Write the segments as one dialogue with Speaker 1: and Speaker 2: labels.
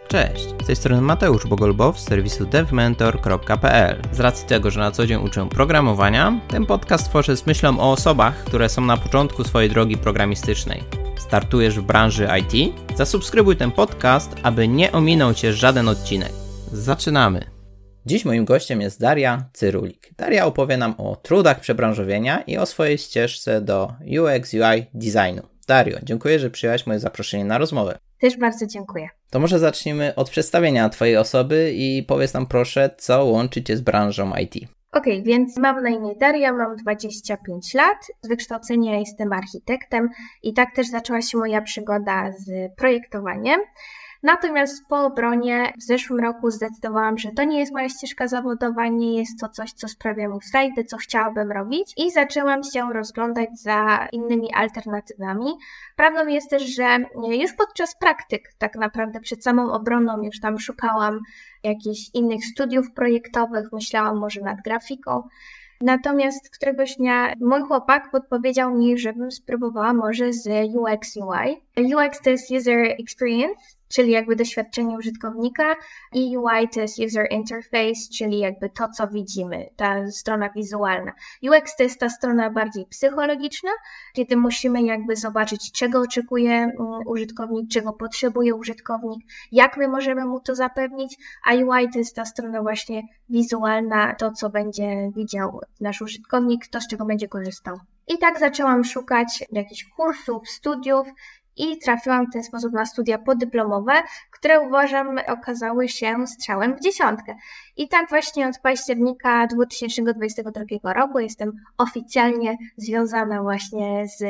Speaker 1: Cześć, z tej strony Mateusz Bogolbow z serwisu devmentor.pl. Z racji tego, że na co dzień uczę programowania, ten podcast tworzę z myślą o osobach, które są na początku swojej drogi programistycznej. Startujesz w branży IT? Zasubskrybuj ten podcast, aby nie ominął Cię żaden odcinek. Zaczynamy! Dziś moim gościem jest Daria Cyrulik. Daria opowie nam o trudach przebranżowienia i o swojej ścieżce do UX/UI designu. Dario, dziękuję, że przyjęłaś moje zaproszenie na rozmowę.
Speaker 2: Też bardzo dziękuję.
Speaker 1: To może zacznijmy od przedstawienia Twojej osoby i powiedz nam proszę, co łączy Cię z branżą IT.
Speaker 2: Okej, więc mam na imię Daria, mam 25 lat, z wykształcenia jestem architektem i tak też zaczęła się moja przygoda z projektowaniem. Natomiast po obronie w zeszłym roku zdecydowałam, że to nie jest moja ścieżka zawodowa, nie jest to coś, co sprawia mi frajdę, co chciałabym robić i zaczęłam się rozglądać za innymi alternatywami. Prawdą jest też, że już podczas praktyk, tak naprawdę przed samą obroną już tam szukałam jakichś innych studiów projektowych, myślałam może nad grafiką. Natomiast któregoś dnia mój chłopak podpowiedział mi, żebym spróbowała może z UX/UI. UX to jest User Experience, czyli jakby doświadczenie użytkownika i UI to jest User Interface, czyli jakby to, co widzimy, ta strona wizualna. UX to jest ta strona bardziej psychologiczna, kiedy musimy jakby zobaczyć, czego oczekuje użytkownik, czego potrzebuje użytkownik, jak my możemy mu to zapewnić, a UI to jest ta strona właśnie wizualna, to, co będzie widział nasz użytkownik, to, z czego będzie korzystał. I tak zaczęłam szukać jakichś kursów, studiów, i trafiłam w ten sposób na studia podyplomowe, które uważam okazały się strzałem w dziesiątkę. I tak właśnie od października 2022 roku jestem oficjalnie związana właśnie z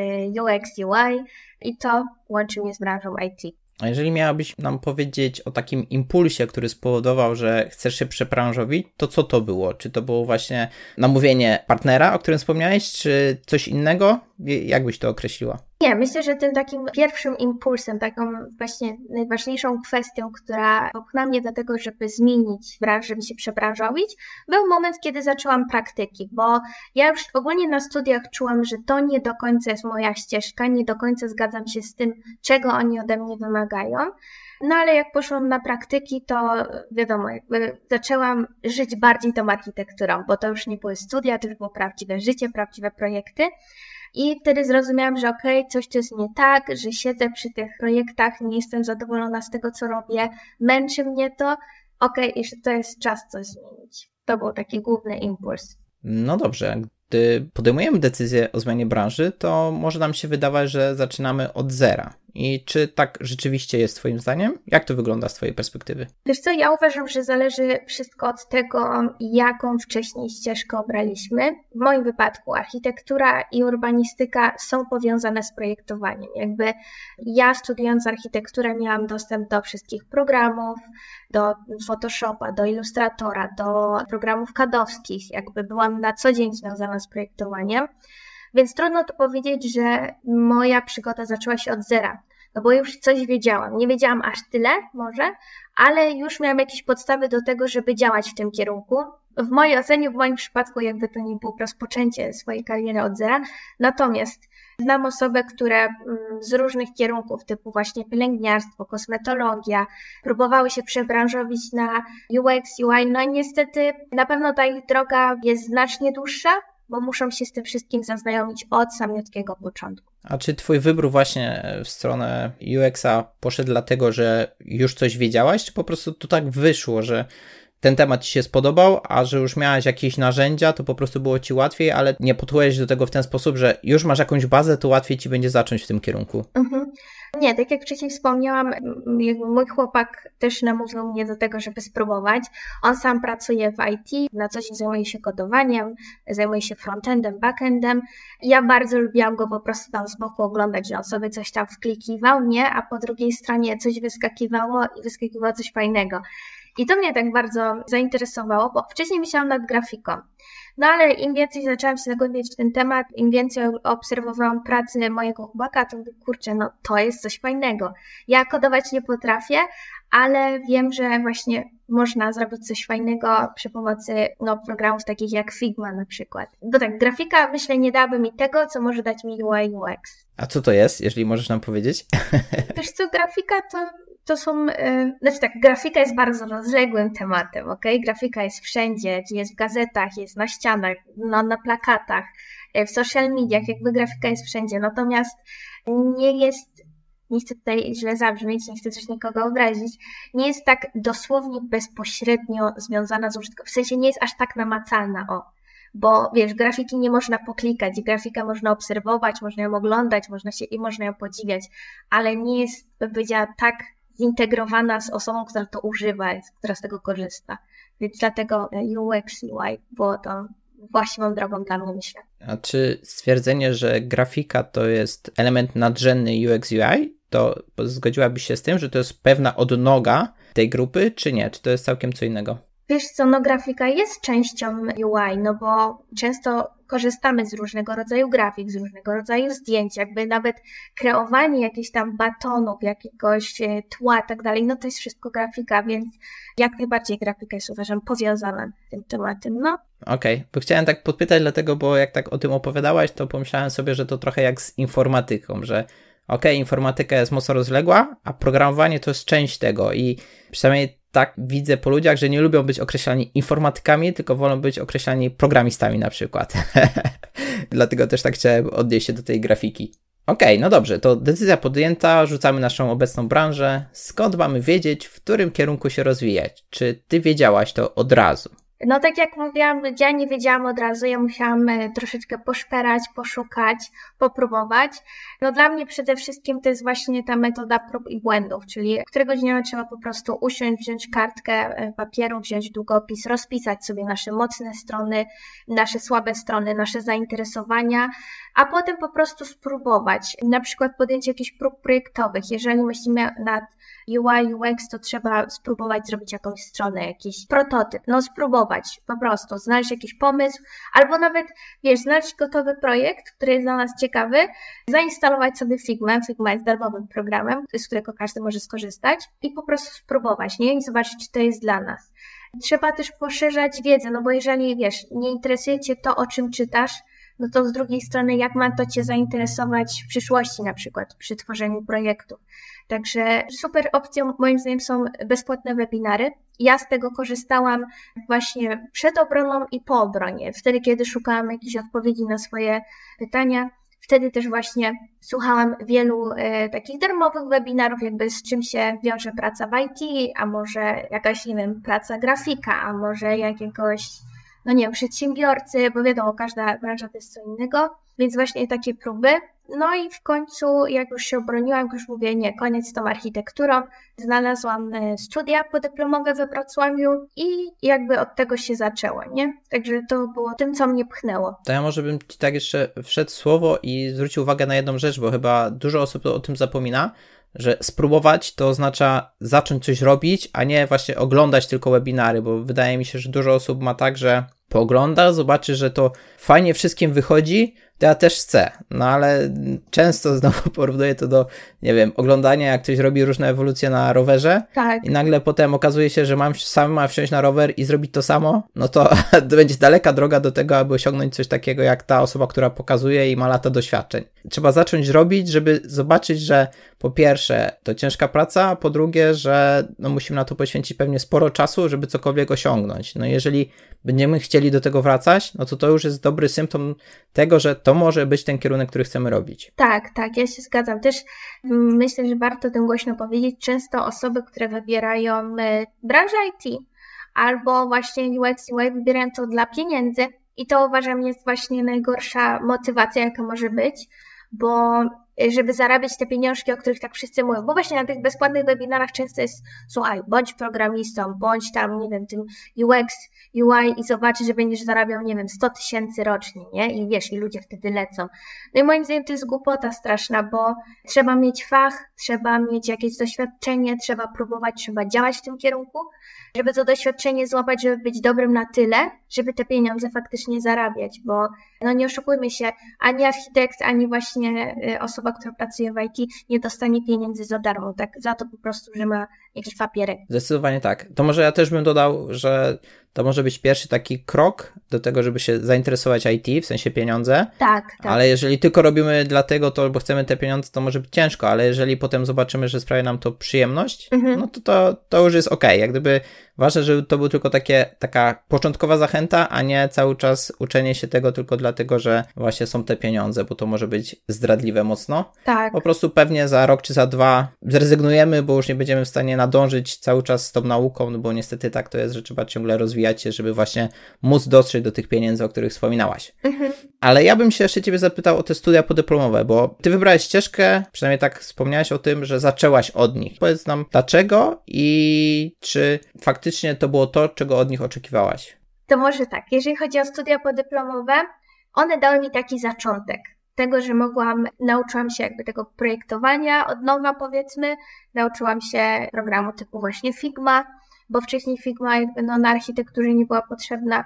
Speaker 2: UX/UI i to łączy mnie z branżą IT.
Speaker 1: A jeżeli miałabyś nam powiedzieć o takim impulsie, który spowodował, że chcesz się przebranżowić, to co to było? Czy to było właśnie namówienie partnera, o którym wspomniałeś, czy coś innego? Jak byś to określiła?
Speaker 2: Nie, myślę, że tym takim pierwszym impulsem, taką właśnie najważniejszą kwestią, która popchnęła mnie do tego, żeby zmienić branżę, żeby się przebranżowić, był moment, kiedy zaczęłam praktyki, bo ja już ogólnie na studiach czułam, że to nie do końca jest moja ścieżka, nie do końca zgadzam się z tym, czego oni ode mnie wymagają. No ale jak poszłam na praktyki, to wiadomo, jakby zaczęłam żyć bardziej tą architekturą, bo to już nie były studia, to już było prawdziwe życie, prawdziwe projekty. I wtedy zrozumiałam, że coś tu jest nie tak, że siedzę przy tych projektach, nie jestem zadowolona z tego, co robię, męczy mnie to, jeszcze to jest czas coś zmienić. To był taki główny impuls.
Speaker 1: No dobrze, gdy podejmujemy decyzję o zmianie branży, to może nam się wydawać, że zaczynamy od zera. I czy tak rzeczywiście jest Twoim zdaniem? Jak to wygląda z Twojej perspektywy?
Speaker 2: Wiesz co, ja uważam, że zależy wszystko od tego, jaką wcześniej ścieżkę obraliśmy. W moim wypadku architektura i urbanistyka są powiązane z projektowaniem. Jakby ja studiując architekturę miałam dostęp do wszystkich programów, do Photoshopa, do Illustratora, do programów CAD-owskich. Jakby byłam na co dzień związana z projektowaniem. Więc trudno to powiedzieć, że moja przygoda zaczęła się od zera, no bo już coś wiedziałam. Nie wiedziałam aż tyle może, ale już miałam jakieś podstawy do tego, żeby działać w tym kierunku. W mojej ocenie, w moim przypadku jakby to nie było rozpoczęcie swojej kariery od zera, natomiast znam osoby, które z różnych kierunków typu właśnie pielęgniarstwo, kosmetologia próbowały się przebranżowić na UX, UI, no i niestety na pewno ta ich droga jest znacznie dłuższa, bo muszą się z tym wszystkim zaznajomić od samego początku.
Speaker 1: A czy Twój wybór właśnie w stronę UX-a poszedł dlatego, że już coś wiedziałaś, czy po prostu to tak wyszło, że ten temat Ci się spodobał, a że już miałaś jakieś narzędzia, to po prostu było Ci łatwiej, ale nie podchodziłeś do tego w ten sposób, że już masz jakąś bazę, to łatwiej Ci będzie zacząć w tym kierunku?
Speaker 2: Nie, tak jak wcześniej wspomniałam, mój chłopak też namówił mnie do tego, żeby spróbować. On sam pracuje w IT, na co dzień zajmuje się kodowaniem, zajmuje się frontendem, backendem. Ja bardzo lubiłam go po prostu tam z boku oglądać, że on sobie coś tam wklikiwał, nie? A po drugiej stronie coś wyskakiwało i wyskakiwało coś fajnego. I to mnie tak bardzo zainteresowało, bo wcześniej myślałam nad grafiką. No ale im więcej zaczęłam się zagłębiać w ten temat, im więcej obserwowałam pracy mojego chłopaka, to mówię, kurczę, no to jest coś fajnego. Ja kodować nie potrafię, ale wiem, że właśnie można zrobić coś fajnego przy pomocy programów takich jak Figma na przykład. Bo tak, grafika myślę nie dałaby mi tego, co może dać mi UI UX.
Speaker 1: A co to jest, jeżeli możesz nam powiedzieć?
Speaker 2: Wiesz co, grafika to są, grafika jest bardzo rozległym tematem, okej? Grafika jest wszędzie, jest w gazetach, jest na ścianach, na plakatach, w social mediach, jakby grafika jest wszędzie, natomiast nie chcę tutaj źle zabrzmieć, nie chcę coś nikogo obrazić, nie jest tak dosłownie bezpośrednio związana z użytkownikiem, w sensie nie jest aż tak namacalna, bo wiesz, grafiki nie można poklikać, grafika można obserwować, można ją oglądać, można ją podziwiać, ale nie jest, bym powiedziała, tak zintegrowana z osobą, która to używa, która z tego korzysta. Więc dlatego UX, UI było to właściwą drogą dla mnie, myślę.
Speaker 1: A czy stwierdzenie, że grafika to jest element nadrzędny UX, UI, to zgodziłabyś się z tym, że to jest pewna odnoga tej grupy, czy nie? Czy to jest całkiem co innego?
Speaker 2: Wiesz co, grafika jest częścią UI, bo często korzystamy z różnego rodzaju grafik, z różnego rodzaju zdjęć, jakby nawet kreowanie jakichś tam batonów, jakiegoś tła i tak dalej, to jest wszystko grafika, więc jak najbardziej grafika jest, uważam, powiązana z tym tematem,
Speaker 1: Okej, bo chciałem tak podpytać dlatego, bo jak tak o tym opowiadałaś, to pomyślałem sobie, że to trochę jak z informatyką, że informatyka jest mocno rozległa, a programowanie to jest część tego i przynajmniej tak widzę po ludziach, że nie lubią być określani informatykami, tylko wolą być określani programistami na przykład. Dlatego też tak chciałem odnieść się do tej grafiki. No dobrze, to decyzja podjęta, rzucamy naszą obecną branżę. Skąd mamy wiedzieć, w którym kierunku się rozwijać? Czy ty wiedziałaś to od razu?
Speaker 2: Tak jak mówiłam, ja nie wiedziałam od razu, ja musiałam troszeczkę poszperać, poszukać, popróbować. Dla mnie przede wszystkim to jest właśnie ta metoda prób i błędów, czyli któregoś dnia trzeba po prostu usiąść, wziąć kartkę papieru, wziąć długopis, rozpisać sobie nasze mocne strony, nasze słabe strony, nasze zainteresowania, a potem po prostu spróbować. Na przykład podjęcie jakichś prób projektowych. Jeżeli myślimy nad UI, UX, to trzeba spróbować zrobić jakąś stronę, jakiś prototyp, spróbować, po prostu znaleźć jakiś pomysł, albo nawet, znaleźć gotowy projekt, który jest dla nas ciekawy, zainstalować sobie Figmę. Figma jest darmowym programem, z którego każdy może skorzystać i po prostu spróbować, i zobaczyć, czy to jest dla nas. Trzeba też poszerzać wiedzę, bo jeżeli, nie interesuje Cię to, o czym czytasz, to z drugiej strony, jak ma to Cię zainteresować w przyszłości, na przykład przy tworzeniu projektu. Także super opcją moim zdaniem są bezpłatne webinary. Ja z tego korzystałam właśnie przed obroną i po obronie. Wtedy, kiedy szukałam jakichś odpowiedzi na swoje pytania, wtedy też właśnie słuchałam wielu takich darmowych webinarów, jakby z czym się wiąże praca w IT, a może jakaś, praca grafika, a może jakiegoś, przedsiębiorcy, bo wiadomo, każda branża to jest co innego, więc właśnie takie próby. I w końcu, jak już się obroniłam, jak już mówię, koniec z tą architekturą, znalazłam studia podyplomowe we Wrocławiu i jakby od tego się zaczęło, Także to było tym, co mnie pchnęło.
Speaker 1: To ja może bym Ci tak jeszcze wszedł w słowo i zwrócił uwagę na jedną rzecz, bo chyba dużo osób o tym zapomina, że spróbować to oznacza zacząć coś robić, a nie właśnie oglądać tylko webinary, bo wydaje mi się, że dużo osób ma tak, że poogląda, zobaczy, że to fajnie wszystkim wychodzi, to ja też chcę, ale często znowu porównuję to do, oglądania, jak ktoś robi różne ewolucje na rowerze,
Speaker 2: tak.
Speaker 1: I nagle potem okazuje się, że sam ma wsiąść na rower i zrobić to samo, to będzie daleka droga do tego, aby osiągnąć coś takiego jak ta osoba, która pokazuje i ma lata doświadczeń. Trzeba zacząć robić, żeby zobaczyć, że po pierwsze to ciężka praca, a po drugie, że musimy na to poświęcić pewnie sporo czasu, żeby cokolwiek osiągnąć. Jeżeli będziemy chcieli do tego wracać, to już jest dobry symptom tego, że to może być ten kierunek, który chcemy robić.
Speaker 2: Tak, ja się zgadzam. Też myślę, że warto o tym głośno powiedzieć. Często osoby, które wybierają branżę IT albo właśnie UX, UI wybierają to dla pieniędzy i to uważam jest właśnie najgorsza motywacja, jaka może być, bo żeby zarabiać te pieniążki, o których tak wszyscy mówią, bo właśnie na tych bezpłatnych webinarach często jest, słuchaj, bądź programistą, bądź tam, tym UX, UI i zobaczysz, że będziesz zarabiał, 100 000 rocznie, I i ludzie wtedy lecą. I moim zdaniem to jest głupota straszna, bo trzeba mieć fach, trzeba mieć jakieś doświadczenie, trzeba próbować, trzeba działać w tym kierunku, żeby to doświadczenie złapać, żeby być dobrym na tyle, żeby te pieniądze faktycznie zarabiać, bo nie oszukujmy się, ani architekt, ani właśnie osoba, która pracuje w IT nie dostanie pieniędzy za darmo, tak za to po prostu, że ma jakiś papierek.
Speaker 1: Zdecydowanie tak. To może ja też bym dodał, że to może być pierwszy taki krok do tego, żeby się zainteresować IT, w sensie pieniądze.
Speaker 2: Tak.
Speaker 1: Ale jeżeli tylko robimy dlatego, to bo chcemy te pieniądze, to może być ciężko, ale jeżeli potem zobaczymy, że sprawia nam to przyjemność, no to już jest okej. Jak gdyby ważne, żeby to był tylko taka początkowa zachęta, a nie cały czas uczenie się tego tylko dlatego, że właśnie są te pieniądze, bo to może być zdradliwe mocno.
Speaker 2: Tak.
Speaker 1: Po prostu pewnie za rok czy za 2 zrezygnujemy, bo już nie będziemy w stanie nadążyć cały czas z tą nauką, no bo niestety tak to jest, że trzeba ciągle rozwijać się, żeby właśnie móc dotrzeć do tych pieniędzy, o których wspominałaś. Ale ja bym się jeszcze ciebie zapytał o te studia podyplomowe, bo ty wybrałeś ścieżkę, przynajmniej tak wspomniałaś o tym, że zaczęłaś od nich. Powiedz nam dlaczego i czy faktycznie to było to, czego od nich oczekiwałaś?
Speaker 2: To może tak, jeżeli chodzi o studia podyplomowe, one dały mi taki zaczątek tego, że nauczyłam się jakby tego projektowania od nowa, powiedzmy, nauczyłam się programu typu właśnie Figma, bo wcześniej Figma jakby na architekturze nie była potrzebna.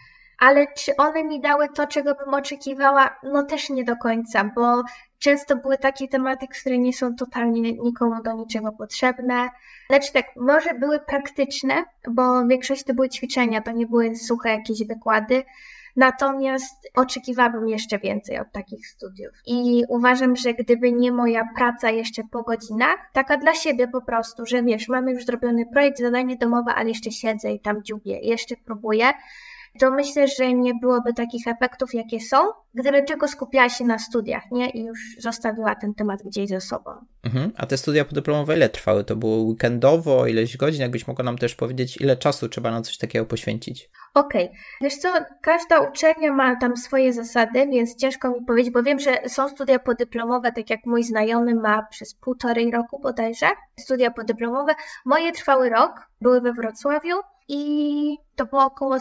Speaker 2: Ale czy one mi dały to, czego bym oczekiwała? No też nie do końca, bo często były takie tematy, które nie są totalnie nikomu do niczego potrzebne. Znaczy tak, może były praktyczne, bo w większości to były ćwiczenia, to nie były suche jakieś wykłady. Natomiast oczekiwałabym jeszcze więcej od takich studiów. I uważam, że gdyby nie moja praca jeszcze po godzinach, taka dla siebie po prostu, że wiesz, mamy już zrobiony projekt, zadanie domowe, ale jeszcze siedzę i tam dziubię, jeszcze próbuję, to myślę, że nie byłoby takich efektów, jakie są, gdyby tylko skupiała się na studiach, nie? I już zostawiła ten temat gdzieś ze sobą.
Speaker 1: A te studia podyplomowe ile trwały? To było weekendowo, ileś godzin? Jakbyś mogła nam też powiedzieć, ile czasu trzeba na coś takiego poświęcić?
Speaker 2: Okej. Wiesz co, każda uczelnia ma tam swoje zasady, więc ciężko mi powiedzieć, bo wiem, że są studia podyplomowe, tak jak mój znajomy ma przez 1,5 roku bodajże, studia podyplomowe. Moje trwały rok, były we Wrocławiu i to było około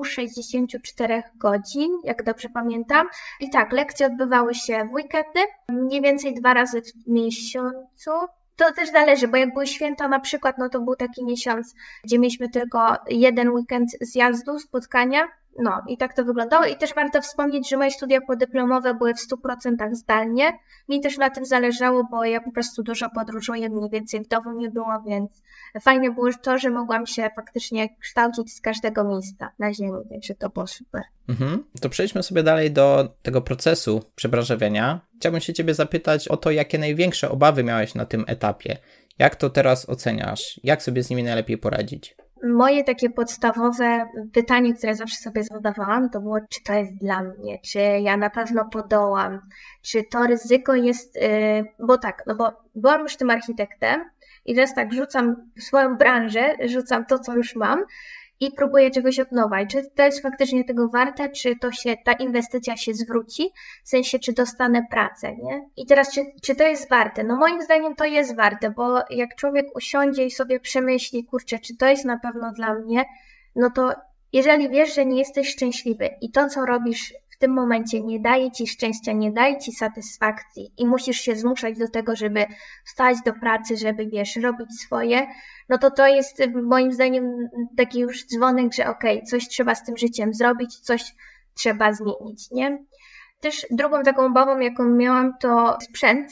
Speaker 2: 164 godzin, jak dobrze pamiętam. I tak, lekcje odbywały się w weekendy, mniej więcej 2 razy w miesiącu. To też zależy, bo jak były święta na przykład, no to był taki miesiąc, gdzie mieliśmy tylko jeden weekend zjazdu, spotkania. No i tak to wyglądało. I też warto wspomnieć, że moje studia podyplomowe były w 100% zdalnie. Mi też na tym zależało, bo ja po prostu dużo podróżuję, mniej więcej w domu nie było, więc fajne było to, że mogłam się faktycznie kształcić z każdego miejsca na ziemi, także to było super.
Speaker 1: To przejdźmy sobie dalej do tego procesu przebranżowienia. Chciałbym się ciebie zapytać o to, jakie największe obawy miałeś na tym etapie. Jak to teraz oceniasz? Jak sobie z nimi najlepiej poradzić?
Speaker 2: Moje takie podstawowe pytanie, które zawsze sobie zadawałam, to było, czy to jest dla mnie, czy ja na pewno podołam, czy to ryzyko jest, bo byłam już tym architektem i teraz tak rzucam swoją branżę, rzucam to, co już mam i próbuję czegoś od nowa. I czy to jest faktycznie tego warte, czy ta inwestycja się zwróci, w sensie, czy dostanę pracę, nie? I teraz, czy to jest warte? No moim zdaniem to jest warte, bo jak człowiek usiądzie i sobie przemyśli, kurczę, czy to jest na pewno dla mnie, no to jeżeli wiesz, że nie jesteś szczęśliwy i to, co robisz w tym momencie nie daje ci szczęścia, nie daje ci satysfakcji i musisz się zmuszać do tego, żeby wstać do pracy, żeby, wiesz, robić swoje, no to jest moim zdaniem taki już dzwonek, że okej, coś trzeba z tym życiem zrobić, coś trzeba zmienić, nie? Też drugą taką obawą, jaką miałam, to sprzęt,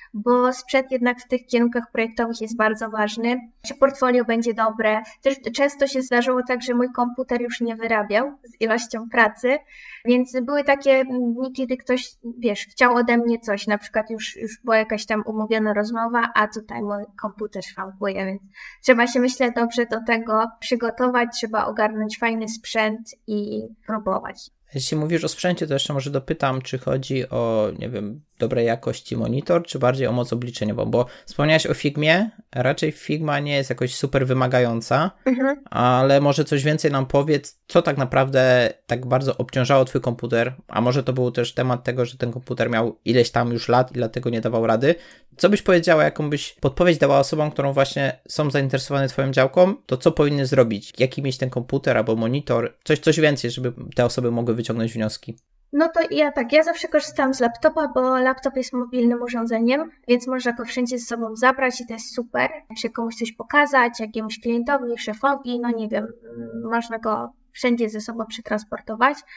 Speaker 2: bo sprzęt jednak w tych kierunkach projektowych jest bardzo ważny. Czy portfolio będzie dobre? Też często się zdarzyło tak, że mój komputer już nie wyrabiał z ilością pracy, więc były takie dni, kiedy ktoś, wiesz, chciał ode mnie coś, na przykład już była jakaś tam umówiona rozmowa, a tutaj mój komputer szwankuje, więc trzeba się, myślę, dobrze do tego przygotować, trzeba ogarnąć fajny sprzęt i próbować.
Speaker 1: Jeśli mówisz o sprzęcie, to jeszcze może dopytam, czy chodzi o, nie wiem, dobrej jakości monitor, czy bardziej o moc obliczeniową, bo wspomniałaś o Figmie, raczej Figma nie jest jakoś super wymagająca, ale może coś więcej nam powiedz, co tak naprawdę tak bardzo obciążało twój komputer, a może to był też temat tego, że ten komputer miał ileś tam już lat i dlatego nie dawał rady. Co byś powiedziała, jaką byś podpowiedź dała osobom, którą właśnie są zainteresowane twoją działką, to co powinny zrobić? Jaki mieć ten komputer albo monitor? Coś więcej, żeby te osoby mogły wyciągnąć wnioski.
Speaker 2: No to ja zawsze korzystam z laptopa, bo laptop jest mobilnym urządzeniem, więc można go wszędzie ze sobą zabrać i to jest super. Czy komuś coś pokazać, jakiemuś klientowi, szefowi, no nie wiem, można go wszędzie ze sobą przetransportować.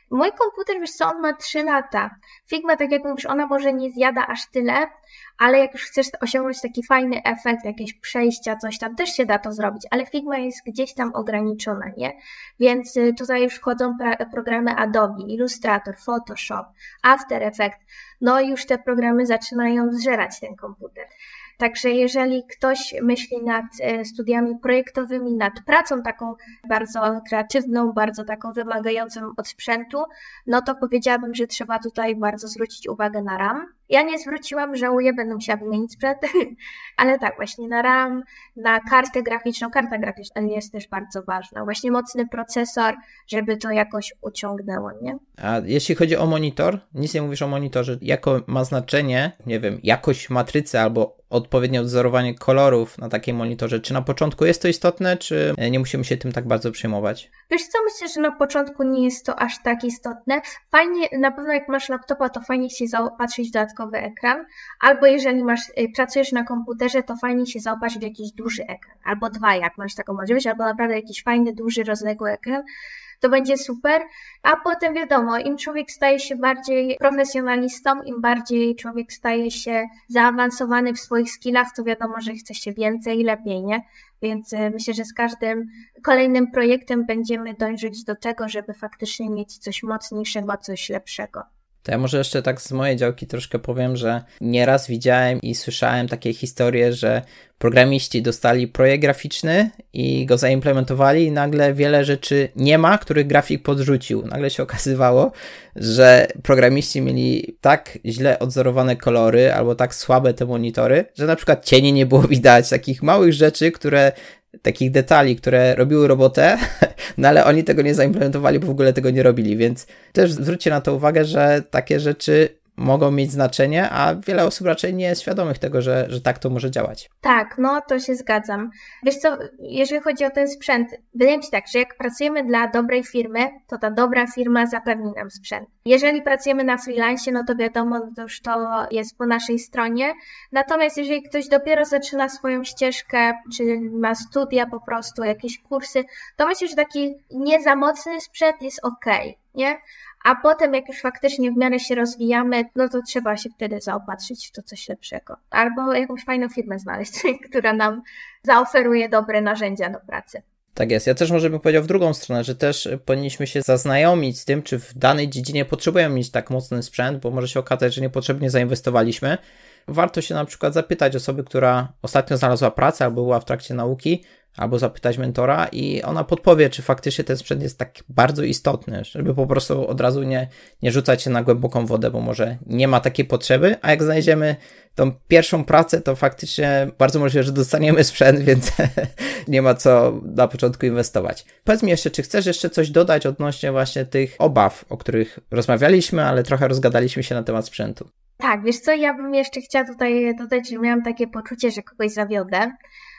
Speaker 2: Mój komputer, wiesz co, on ma 3 lata. Figma, tak jak mówisz, ona może nie zjada aż tyle, ale jak już chcesz osiągnąć taki fajny efekt, jakieś przejścia, coś tam, też się da to zrobić, ale Figma jest gdzieś tam ograniczona, nie? Więc tutaj już wchodzą programy Adobe, Illustrator, Photoshop, After Effects, no i już te programy zaczynają zżerać ten komputer. Także jeżeli ktoś myśli nad studiami projektowymi, nad pracą taką bardzo kreatywną, bardzo taką wymagającą od sprzętu, no to powiedziałabym, że trzeba tutaj bardzo zwrócić uwagę na RAM. Ja nie zwróciłam, żałuję, będę musiała wymienić sprzęt, ale tak, właśnie na RAM, na kartę graficzną. Karta graficzna jest też bardzo ważna. Właśnie mocny procesor, żeby to jakoś uciągnęło, nie?
Speaker 1: A jeśli chodzi o monitor, nic nie mówisz o monitorze, jako ma znaczenie, nie wiem, jakość matrycy albo odpowiednie odwzorowanie kolorów na takim monitorze. Czy na początku jest to istotne, czy nie musimy się tym tak bardzo przejmować?
Speaker 2: Wiesz co, myślę, że na początku nie jest to aż tak istotne. Fajnie, na pewno jak masz laptopa, to fajnie się zaopatrzyć w dodatkowy ekran, albo jeżeli pracujesz na komputerze, to fajnie się zaopatrzyć w jakiś duży ekran, albo 2, jak masz taką możliwość, albo naprawdę jakiś fajny, duży, rozległy ekran. To będzie super, a potem wiadomo, im człowiek staje się bardziej profesjonalistą, im bardziej człowiek staje się zaawansowany w swoich skillach, to wiadomo, że chce się więcej i lepiej, nie? Więc myślę, że z każdym kolejnym projektem będziemy dążyć do tego, żeby faktycznie mieć coś mocniejszego, coś lepszego.
Speaker 1: To ja może jeszcze tak z mojej działki troszkę powiem, że nieraz widziałem i słyszałem takie historie, że programiści dostali projekt graficzny i go zaimplementowali i nagle wiele rzeczy nie ma, których grafik podrzucił. Nagle się okazywało, że programiści mieli tak źle odzorowane kolory albo tak słabe te monitory, że na przykład cieni nie było widać, takich małych rzeczy, takich detali, które robiły robotę, no ale oni tego nie zaimplementowali, bo w ogóle tego nie robili, więc też zwróćcie na to uwagę, że takie rzeczy mogą mieć znaczenie, a wiele osób raczej nie jest świadomych tego, że tak to może działać.
Speaker 2: Tak, no to się zgadzam. Wiesz co, jeżeli chodzi o ten sprzęt, wydaje mi się tak, że jak pracujemy dla dobrej firmy, to ta dobra firma zapewni nam sprzęt. Jeżeli pracujemy na freelancie, no to wiadomo, to już to jest po naszej stronie. Natomiast jeżeli ktoś dopiero zaczyna swoją ścieżkę, czy ma studia po prostu, jakieś kursy, to myślę, że taki nie za mocny sprzęt jest okej, nie? A potem, jak już faktycznie w miarę się rozwijamy, no to trzeba się wtedy zaopatrzyć w to coś lepszego. Albo jakąś fajną firmę znaleźć, która nam zaoferuje dobre narzędzia do pracy.
Speaker 1: Tak jest. Ja też może bym powiedział w drugą stronę, że też powinniśmy się zaznajomić z tym, czy w danej dziedzinie potrzebujemy mieć tak mocny sprzęt, bo może się okazać, że niepotrzebnie zainwestowaliśmy. Warto się na przykład zapytać osoby, która ostatnio znalazła pracę albo była w trakcie nauki, albo zapytać mentora i ona podpowie, czy faktycznie ten sprzęt jest tak bardzo istotny, żeby po prostu od razu nie rzucać się na głęboką wodę, bo może nie ma takiej potrzeby, a jak znajdziemy tą pierwszą pracę, to faktycznie bardzo możliwe, że dostaniemy sprzęt, więc nie ma co na początku inwestować. Powiedz mi jeszcze, czy chcesz jeszcze coś dodać odnośnie właśnie tych obaw, o których rozmawialiśmy, ale trochę rozgadaliśmy się na temat sprzętu?
Speaker 2: Tak, wiesz co, ja bym jeszcze chciała tutaj dodać, że miałam takie poczucie, że kogoś zawiodę,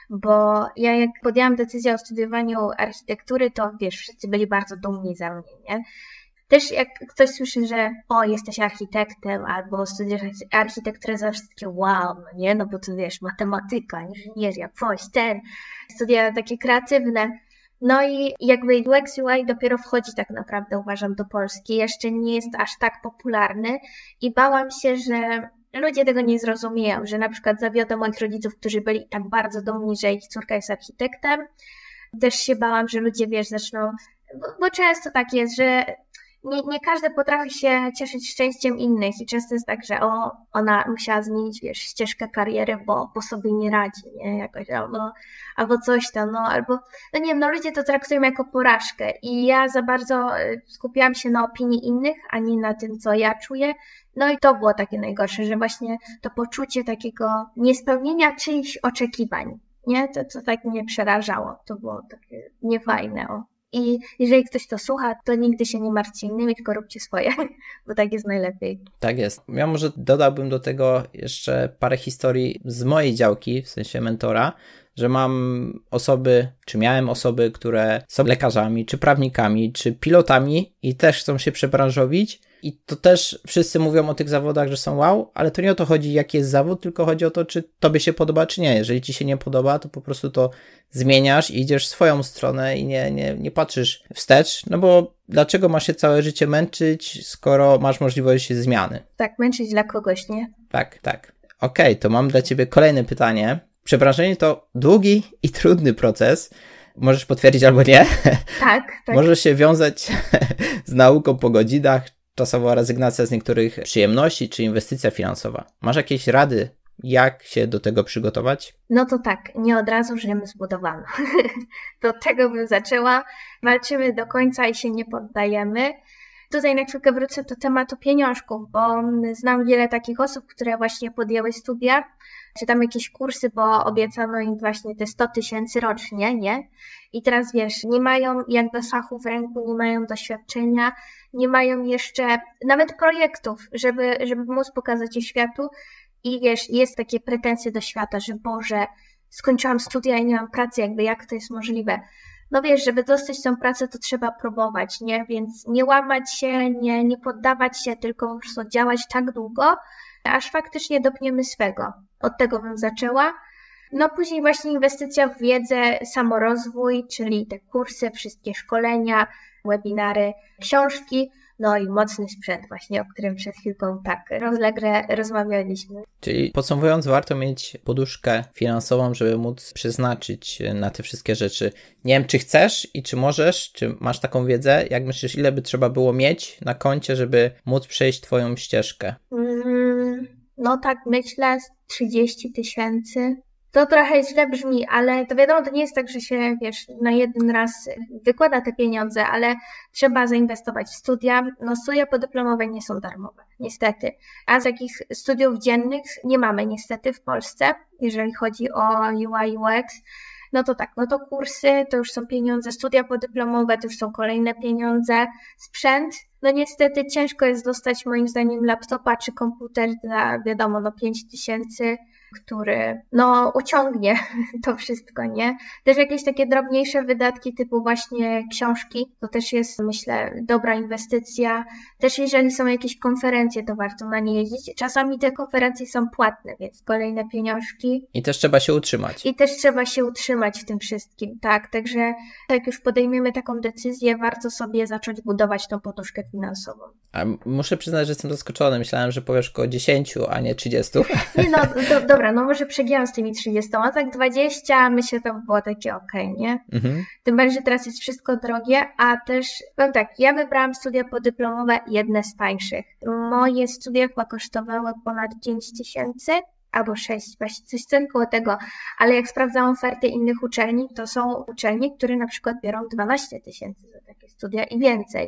Speaker 2: bo ja jak podjęłam decyzję o studiowaniu architektury, to wiesz, wszyscy byli bardzo dumni ze mnie, nie? Też jak ktoś słyszy, że jesteś architektem albo studiujesz architekturę, zawsze takie wow, no nie? No bo to wiesz, matematyka, inżynieria, studia takie kreatywne. No i jakby UX UI dopiero wchodzi tak naprawdę, uważam, do Polski. Jeszcze nie jest aż tak popularny i bałam się, że ludzie tego nie zrozumieją, że na przykład zawiodę moich rodziców, którzy byli tak bardzo dumni, że ich córka jest architektem. Też się bałam, że ludzie, wiesz, zaczną, bo często tak jest, że nie każdy potrafi się cieszyć szczęściem innych i często jest tak, że ona musiała zmienić, wiesz, ścieżkę kariery, bo sobie nie radzi, nie, jakoś, albo coś tam, no nie wiem, ludzie to traktują jako porażkę i ja za bardzo skupiałam się na opinii innych, a nie na tym, co ja czuję. No i to było takie najgorsze, że właśnie to poczucie takiego niespełnienia czyichś oczekiwań, nie, to tak mnie przerażało, to było takie niefajne, I jeżeli ktoś to słucha, to nigdy się nie martwcie innymi, tylko róbcie swoje, bo tak jest najlepiej.
Speaker 1: Tak jest. Ja może dodałbym do tego jeszcze parę historii z mojej działki, w sensie mentora, że miałem osoby, które są lekarzami, czy prawnikami, czy pilotami i też chcą się przebranżowić i to też wszyscy mówią o tych zawodach, że są wow, ale to nie o to chodzi, jaki jest zawód, tylko chodzi o to, czy tobie się podoba, czy nie. Jeżeli ci się nie podoba, to po prostu to zmieniasz i idziesz w swoją stronę i nie patrzysz wstecz, no bo dlaczego masz się całe życie męczyć, skoro masz możliwość zmiany?
Speaker 2: Tak, męczyć dla kogoś, nie?
Speaker 1: Tak. Okej, to mam dla ciebie kolejne pytanie. Przebranżenie to długi i trudny proces. Możesz potwierdzić albo nie.
Speaker 2: Tak.
Speaker 1: Możesz się wiązać z nauką po godzinach, czasowa rezygnacja z niektórych przyjemności czy inwestycja finansowa. Masz jakieś rady, jak się do tego przygotować?
Speaker 2: No to tak, nie od razu Rzym zbudowano. Do tego bym zaczęła. Walczymy do końca i się nie poddajemy. Tutaj na chwilkę wrócę do tematu pieniążków, bo znam wiele takich osób, które właśnie podjęły studia, czy tam jakieś kursy, bo obiecano im właśnie te 100 000 rocznie, nie? I teraz wiesz, nie mają jakby fachu w ręku, nie mają doświadczenia, nie mają jeszcze nawet projektów, żeby móc pokazać je światu. I wiesz, jest takie pretensje do świata, że Boże, skończyłam studia i nie mam pracy, jakby jak to jest możliwe. No wiesz, żeby dostać tą pracę, to trzeba próbować, nie? Więc nie łamać się, nie poddawać się, tylko po prostu działać tak długo, aż faktycznie dopniemy swego. Od tego bym zaczęła. No później właśnie inwestycja w wiedzę, samorozwój, czyli te kursy, wszystkie szkolenia, webinary, książki, no i mocny sprzęt właśnie, o którym przed chwilką tak rozlegle rozmawialiśmy.
Speaker 1: Czyli podsumowując, warto mieć poduszkę finansową, żeby móc przeznaczyć na te wszystkie rzeczy. Nie wiem, czy chcesz i czy możesz, czy masz taką wiedzę, jak myślisz, ile by trzeba było mieć na koncie, żeby móc przejść twoją ścieżkę?
Speaker 2: No tak myślę, 30 000. To trochę źle brzmi, ale to wiadomo, to nie jest tak, że się, wiesz, na jeden raz wykłada te pieniądze, ale trzeba zainwestować w studia. No studia podyplomowe nie są darmowe, niestety. A z takich studiów dziennych nie mamy niestety w Polsce, jeżeli chodzi o UI, UX. No to tak, no to kursy to już są pieniądze, studia podyplomowe to już są kolejne pieniądze, sprzęt. No niestety ciężko jest dostać moim zdaniem laptopa czy komputer za, wiadomo, no 5 000, który no uciągnie to wszystko, nie? Też jakieś takie drobniejsze wydatki typu właśnie książki, to też jest, myślę, dobra inwestycja. Też jeżeli są jakieś konferencje, to warto na nie jeździć. Czasami te konferencje są płatne, więc kolejne pieniążki.
Speaker 1: I też trzeba się utrzymać.
Speaker 2: I też trzeba się utrzymać w tym wszystkim, tak. Także jak już podejmiemy taką decyzję, warto sobie zacząć budować tą poduszkę finansową.
Speaker 1: A muszę przyznać, że jestem zaskoczony. Myślałem, że powiesz około 10, a nie 30.
Speaker 2: Nie no, dobra, no może przegięłam z tymi 30, a tak 20, myślę, to było takie okej, nie? Mhm. Tym bardziej, że teraz jest wszystko drogie, a też, powiem tak, ja wybrałam studia podyplomowe, jedne z tańszych. Moje studia chyba kosztowały ponad 5 000, albo 6, właśnie coś koło tego, ale jak sprawdzałam oferty innych uczelni, to są uczelnie, które na przykład biorą 12 000 za takie studia i więcej.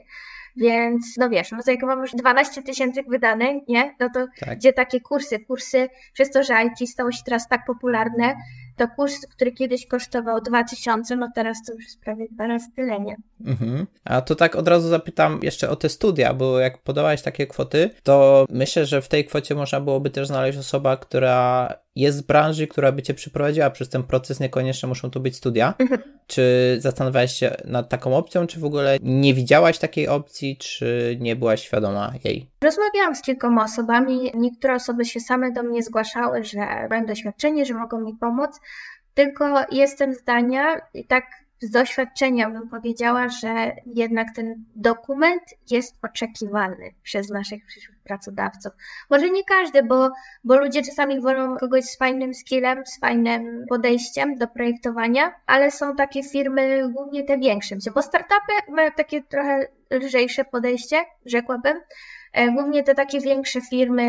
Speaker 2: Więc, no wiesz, no to jak mam już 12 000 wydane, nie? No to tak. Gdzie takie kursy, przez to, że IT stało się teraz tak popularne, to kurs, który kiedyś kosztował 2000, no teraz to już prawie 2 razy tyle, nie? Mhm.
Speaker 1: A to tak od razu zapytam jeszcze o te studia, bo jak podałaś takie kwoty, to myślę, że w tej kwocie można byłoby też znaleźć osoba, która jest z branży, która by cię przeprowadziła przez ten proces, niekoniecznie muszą to być studia. Mhm. Czy zastanawiałaś się nad taką opcją, czy w ogóle nie widziałaś takiej opcji, czy nie byłaś świadoma jej?
Speaker 2: Rozmawiałam z kilkoma osobami, niektóre osoby się same do mnie zgłaszały, że mają doświadczenie, że mogą mi pomóc, tylko jestem zdania, i tak z doświadczenia bym powiedziała, że jednak ten dokument jest oczekiwany przez naszych przyszłych pracodawców. Może nie każdy, bo ludzie czasami wolą kogoś z fajnym skillem, z fajnym podejściem do projektowania, ale są takie firmy, głównie te większe, bo startupy mają takie trochę lżejsze podejście, rzekłabym. Głównie te takie większe firmy,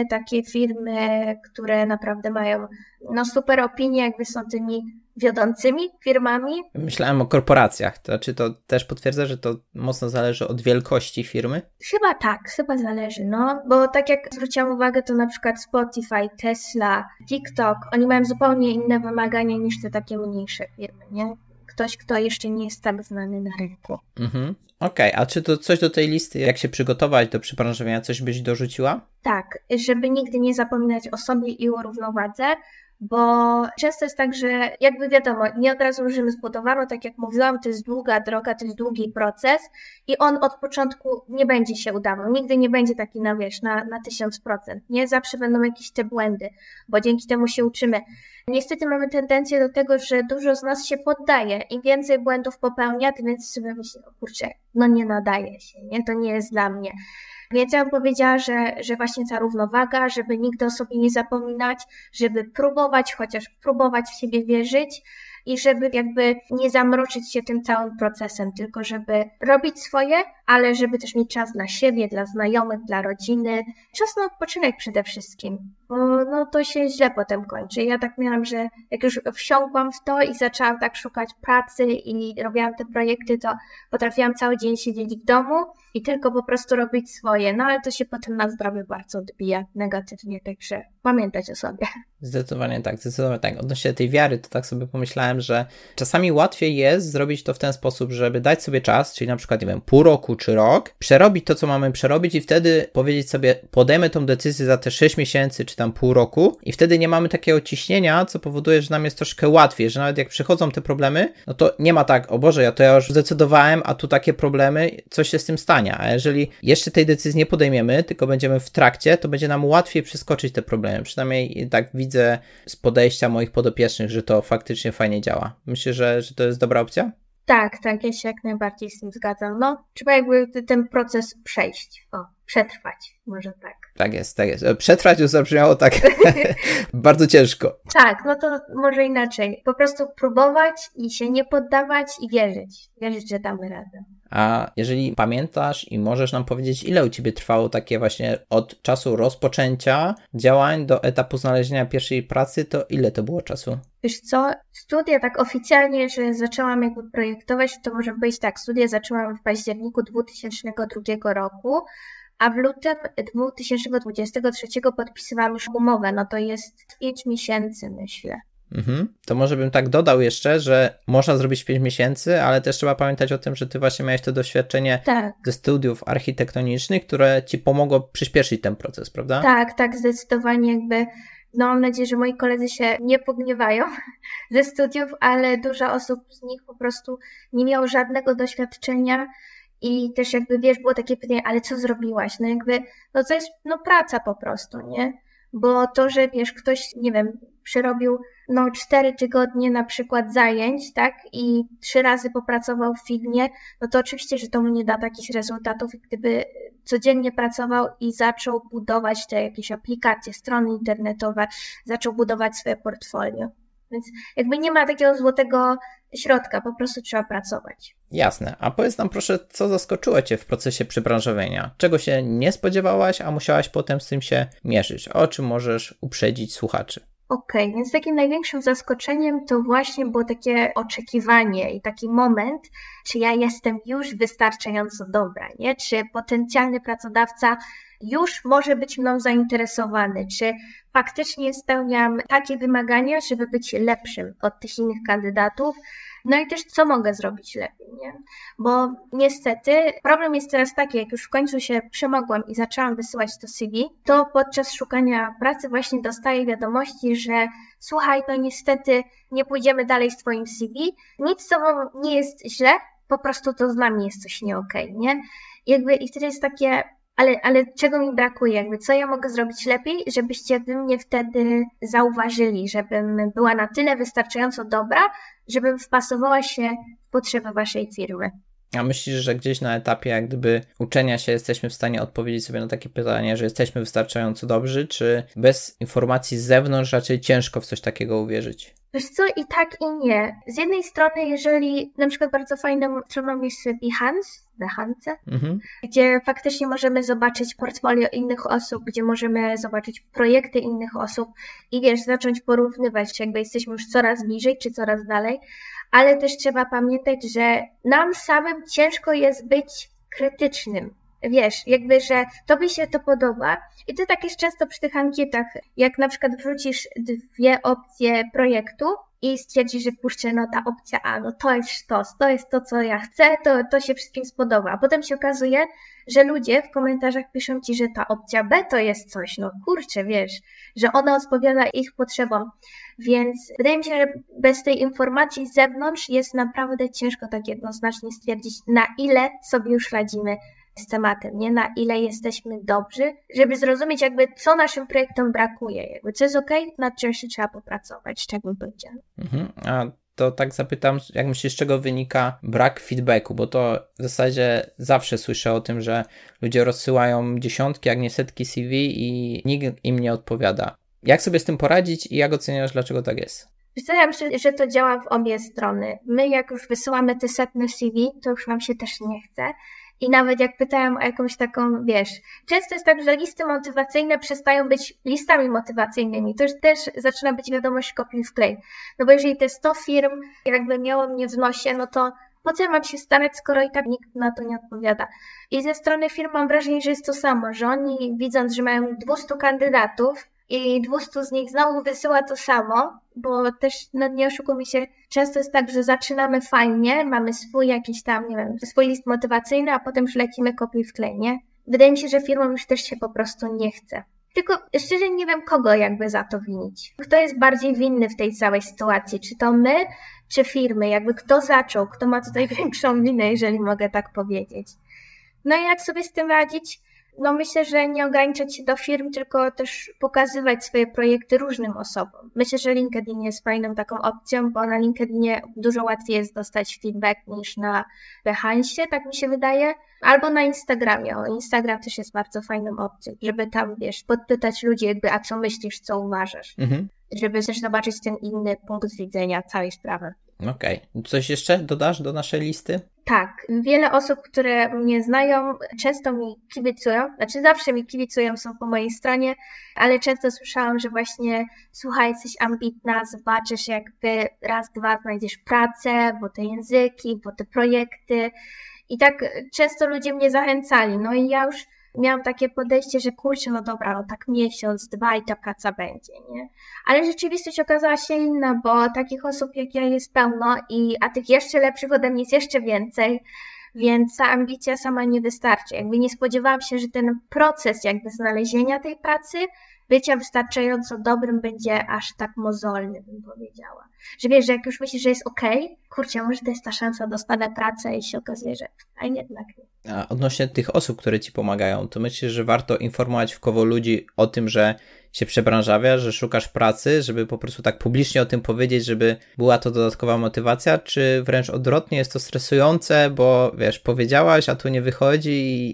Speaker 2: które naprawdę mają super opinie, jakby są tymi wiodącymi firmami.
Speaker 1: Myślałem o korporacjach, to czy to też potwierdza, że to mocno zależy od wielkości firmy?
Speaker 2: Chyba tak, zależy, bo tak jak zwróciłam uwagę, to na przykład Spotify, Tesla, TikTok, oni mają zupełnie inne wymagania niż te takie mniejsze firmy, nie? Ktoś, kto jeszcze nie jest tak znany na rynku.
Speaker 1: Mhm. Okej, a czy to coś do tej listy, jak się przygotować do przebranżowienia, coś byś dorzuciła?
Speaker 2: Tak, żeby nigdy nie zapominać o sobie i o równowadze, Bo często jest tak, że jakby wiadomo, nie od razu możemy zbudowano, tak jak mówiłam, to jest długa droga, to jest długi proces i on od początku nie będzie się udawał. Nigdy nie będzie taki na 1000%. Nie zawsze będą jakieś te błędy, bo dzięki temu się uczymy. Niestety mamy tendencję do tego, że dużo z nas się poddaje. Im więcej błędów popełnia, tym więcej sobie myśli, o kurczę, no nie nadaje się, nie? To nie jest dla mnie. Więc ja bym powiedziała, że właśnie ta równowaga, żeby nigdy o sobie nie zapominać, żeby próbować, chociaż próbować w siebie wierzyć i żeby jakby nie zamroczyć się tym całym procesem, tylko żeby robić swoje, ale żeby też mieć czas dla siebie, dla znajomych, dla rodziny. Czas na odpoczynek przede wszystkim, bo no to się źle potem kończy. Ja tak miałam, że jak już wsiąkłam w to i zaczęłam tak szukać pracy i robiłam te projekty, to potrafiłam cały dzień siedzieć w domu i tylko po prostu robić swoje. No ale to się potem na zdrowie bardzo odbija negatywnie, także pamiętać o sobie.
Speaker 1: Zdecydowanie tak. Odnośnie tej wiary, to tak sobie pomyślałem, że czasami łatwiej jest zrobić to w ten sposób, żeby dać sobie czas, czyli na przykład, nie wiem, pół roku czy rok, przerobić to, co mamy przerobić i wtedy powiedzieć sobie, podejmę tą decyzję za te 6 miesięcy czy tam pół roku i wtedy nie mamy takiego ciśnienia, co powoduje, że nam jest troszkę łatwiej, że nawet jak przychodzą te problemy, no to nie ma tak, o Boże, ja już zdecydowałem, a tu takie problemy, coś się z tym stanie, a jeżeli jeszcze tej decyzji nie podejmiemy, tylko będziemy w trakcie, to będzie nam łatwiej przeskoczyć te problemy, przynajmniej tak widzę z podejścia moich podopiecznych, że to faktycznie fajnie działa. Myślę, że to jest dobra opcja?
Speaker 2: Tak, ja się jak najbardziej z tym zgadzam. No, trzeba jakby ten proces przejść, przetrwać, może tak.
Speaker 1: Tak jest. Przetrwać już zabrzmiało tak bardzo ciężko.
Speaker 2: Tak, no to może inaczej. Po prostu próbować i się nie poddawać i wierzyć. Wierzyć, że damy radę.
Speaker 1: A jeżeli pamiętasz i możesz nam powiedzieć, ile u Ciebie trwało takie właśnie od czasu rozpoczęcia działań do etapu znalezienia pierwszej pracy, to ile to było czasu?
Speaker 2: Wiesz co, studia tak oficjalnie, że zaczęłam jakby projektować, to może być tak, studia zaczęłam w październiku 2002 roku, a w lutym 2023 podpisywałam już umowę, no to jest 5 miesięcy, myślę.
Speaker 1: To może bym tak dodał jeszcze, że można zrobić 5 miesięcy, ale też trzeba pamiętać o tym, że Ty właśnie miałeś to doświadczenie ze studiów architektonicznych, które Ci pomogło przyspieszyć ten proces, prawda?
Speaker 2: Tak, zdecydowanie jakby. No mam nadzieję, że moi koledzy się nie pogniewają ze studiów, ale dużo osób z nich po prostu nie miało żadnego doświadczenia i też jakby wiesz, było takie pytanie, ale co zrobiłaś? No jakby, no to jest praca po prostu, nie? Bo to, że wiesz, ktoś, nie wiem, przerobił 4 tygodnie na przykład zajęć, tak, i 3 razy popracował w firmie, no to oczywiście, że to mu nie da takich rezultatów, gdyby codziennie pracował i zaczął budować te jakieś aplikacje, strony internetowe, zaczął budować swoje portfolio. Więc jakby nie ma takiego złotego środka, po prostu trzeba pracować.
Speaker 1: Jasne. A powiedz nam proszę, co zaskoczyło Cię w procesie przebranżowienia? Czego się nie spodziewałaś, a musiałaś potem z tym się mierzyć? O czym możesz uprzedzić słuchaczy?
Speaker 2: Okej, więc takim największym zaskoczeniem to właśnie było takie oczekiwanie i taki moment, czy ja jestem już wystarczająco dobra, nie? Czy potencjalny pracodawca już może być mną zainteresowany, czy faktycznie spełniam takie wymagania, żeby być lepszym od tych innych kandydatów. No i też co mogę zrobić lepiej, nie? Bo niestety problem jest teraz taki, jak już w końcu się przemogłam i zaczęłam wysyłać to CV, to podczas szukania pracy właśnie dostaję wiadomości, że słuchaj, no niestety nie pójdziemy dalej z twoim CV, nic z tobą nie jest źle, po prostu to z nami jest coś nie okej, nie? I wtedy jest takie, ale czego mi brakuje? Jakby co ja mogę zrobić lepiej, żebyście wy mnie wtedy zauważyli, żebym była na tyle wystarczająco dobra, żebym wpasowała się w potrzeby waszej firmy.
Speaker 1: A myślisz, że gdzieś na etapie jak gdyby uczenia się jesteśmy w stanie odpowiedzieć sobie na takie pytanie, że jesteśmy wystarczająco dobrzy, czy bez informacji z zewnątrz raczej ciężko w coś takiego uwierzyć?
Speaker 2: Wiesz co, i tak i nie. Z jednej strony, jeżeli na przykład bardzo fajną stroną jest Behance, gdzie faktycznie możemy zobaczyć portfolio innych osób, gdzie możemy zobaczyć projekty innych osób i wiesz, zacząć porównywać, czy jakby jesteśmy już coraz bliżej, czy coraz dalej, ale też trzeba pamiętać, że nam samym ciężko jest być krytycznym, Wiesz, jakby, że tobie się to podoba i to tak jest często przy tych ankietach, jak na przykład wrzucisz 2 opcje projektu i stwierdzisz, że kurczę, no ta opcja A, no to jest sztos, to jest to, co ja chcę, to się wszystkim spodoba. A potem się okazuje, że ludzie w komentarzach piszą ci, że ta opcja B to jest coś, no kurczę, wiesz, że ona odpowiada ich potrzebom. Więc wydaje mi się, że bez tej informacji z zewnątrz jest naprawdę ciężko tak jednoznacznie stwierdzić, na ile sobie już radzimy z tematem, nie? Na ile jesteśmy dobrzy, żeby zrozumieć jakby co naszym projektom brakuje, jakby co jest okej, nad czym się trzeba popracować, z czego będzie.
Speaker 1: A to tak zapytam, jak myślisz, z czego wynika brak feedbacku, bo to w zasadzie zawsze słyszę o tym, że ludzie rozsyłają dziesiątki, jak nie setki CV i nikt im nie odpowiada. Jak sobie z tym poradzić i jak oceniasz, dlaczego tak jest?
Speaker 2: Wydaje mi się, że to działa w obie strony. My jak już wysyłamy te setne CV, to już nam się też nie chce. I nawet jak pytają o jakąś taką, wiesz, często jest tak, że listy motywacyjne przestają być listami motywacyjnymi. To już też zaczyna być wiadomość kopiuj wklej. No bo jeżeli te 100 firm jakby miało mnie w nosie, no to po co ja mam się starać, skoro i tak nikt na to nie odpowiada. I ze strony firm mam wrażenie, że jest to samo, że oni widząc, że mają 200 kandydatów, i 200 z nich znowu wysyła to samo, bo też, no nie oszukujmy się, często jest tak, że zaczynamy fajnie, mamy swój jakiś tam, nie wiem, swój list motywacyjny, a potem już lecimy kopiuj wklej, nie? Wydaje mi się, że firmom już też się po prostu nie chce. Tylko szczerze nie wiem, kogo jakby za to winić. Kto jest bardziej winny w tej całej sytuacji? Czy to my, czy firmy? Jakby kto zaczął? Kto ma tutaj większą winę, jeżeli mogę tak powiedzieć? No i jak sobie z tym radzić? No myślę, że nie ograniczać się do firm, tylko też pokazywać swoje projekty różnym osobom. Myślę, że LinkedIn jest fajną taką opcją, bo na LinkedInie dużo łatwiej jest dostać feedback niż na Behance'ie, tak mi się wydaje, albo na Instagramie. Instagram też jest bardzo fajną opcją, żeby tam, wiesz, podpytać ludzi jakby, a co myślisz, co uważasz, żeby też zobaczyć ten inny punkt widzenia całej sprawy.
Speaker 1: Okej. Coś jeszcze dodasz do naszej listy?
Speaker 2: Tak, wiele osób, które mnie znają, często mi kibicują, znaczy zawsze mi kibicują, są po mojej stronie, ale często słyszałam, że właśnie słuchaj, jesteś ambitna, zobaczysz jakby raz, dwa znajdziesz pracę, bo te języki, bo te projekty i tak często ludzie mnie zachęcali, no i ja już miałam takie podejście, że kurczę, no dobra, no tak miesiąc, 2 i ta praca będzie, nie? Ale rzeczywistość okazała się inna, bo takich osób jak ja jest pełno, a tych jeszcze lepszych ode mnie jest jeszcze więcej, więc ta ambicja sama nie wystarczy. Jakby nie spodziewałam się, że ten proces jakby znalezienia tej pracy, bycia wystarczająco dobrym będzie aż tak mozolny, bym powiedziała. Że wiesz, że jak już myślisz, że jest okej, kurczę, może to jest ta szansa, dostanę pracę i się okazuje, że a jednak nie.
Speaker 1: A odnośnie tych osób, które ci pomagają, to myślisz, że warto informować w koło ludzi o tym, że się przebranżawiasz, że szukasz pracy, żeby po prostu tak publicznie o tym powiedzieć, żeby była to dodatkowa motywacja, czy wręcz odwrotnie jest to stresujące, bo wiesz, powiedziałaś, a tu nie wychodzi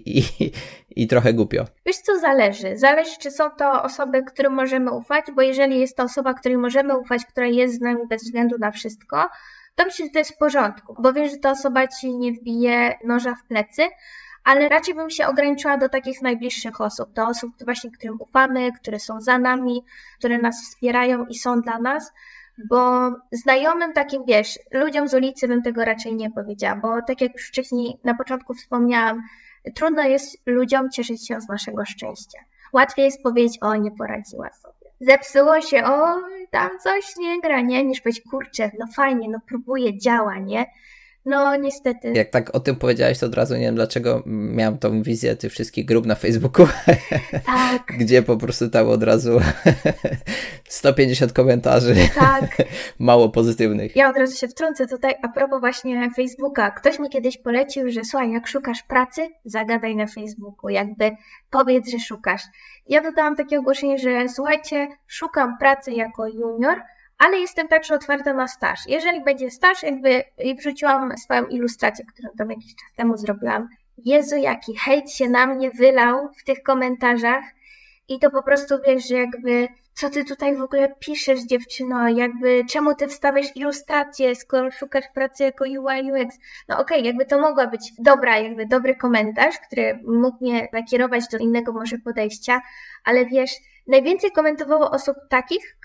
Speaker 1: i trochę głupio.
Speaker 2: Wiesz co, zależy. Zależy, czy są to osoby, którym możemy ufać, bo jeżeli jest to osoba, której możemy ufać, która jest z nami bez względu na wszystko, to myślę, że to jest w porządku, bo wiem, że ta osoba ci nie wbije noża w plecy, ale raczej bym się ograniczyła do takich najbliższych osób, do osób właśnie, którym ufamy, które są za nami, które nas wspierają i są dla nas, bo znajomym takim, wiesz, ludziom z ulicy bym tego raczej nie powiedziała, bo tak jak już wcześniej na początku wspomniałam, trudno jest ludziom cieszyć się z naszego szczęścia. Łatwiej jest powiedzieć, o, nie poradziła sobie. Zepsuło się, o, tam coś nie gra, nie? Niż powiedzieć, kurczę, no fajnie, no próbuje, działa, nie? No niestety.
Speaker 1: Jak tak o tym powiedziałeś, to od razu nie wiem dlaczego miałem tą wizję tych wszystkich grup na Facebooku,
Speaker 2: Tak.
Speaker 1: Gdzie po prostu tam od razu 150 komentarzy,
Speaker 2: tak.
Speaker 1: Mało pozytywnych.
Speaker 2: Ja od razu się wtrącę tutaj a propos właśnie Facebooka. Ktoś mi kiedyś polecił, że słuchaj, jak szukasz pracy, zagadaj na Facebooku, jakby powiedz, że szukasz. Ja dodałam takie ogłoszenie, że słuchajcie, szukam pracy jako junior, ale jestem także otwarta na staż. Jeżeli będzie staż, jakby i wrzuciłam swoją ilustrację, którą tam jakiś czas temu zrobiłam. Jezu, jaki hejt się na mnie wylał w tych komentarzach i to po prostu wiesz, że jakby co ty tutaj w ogóle piszesz, dziewczyno, jakby czemu ty wstawiasz ilustrację, skoro szukasz pracy jako UI UX. No okej, jakby to mogła być dobry komentarz, który mógł mnie nakierować do innego może podejścia, ale wiesz, najwięcej komentowało osób takich,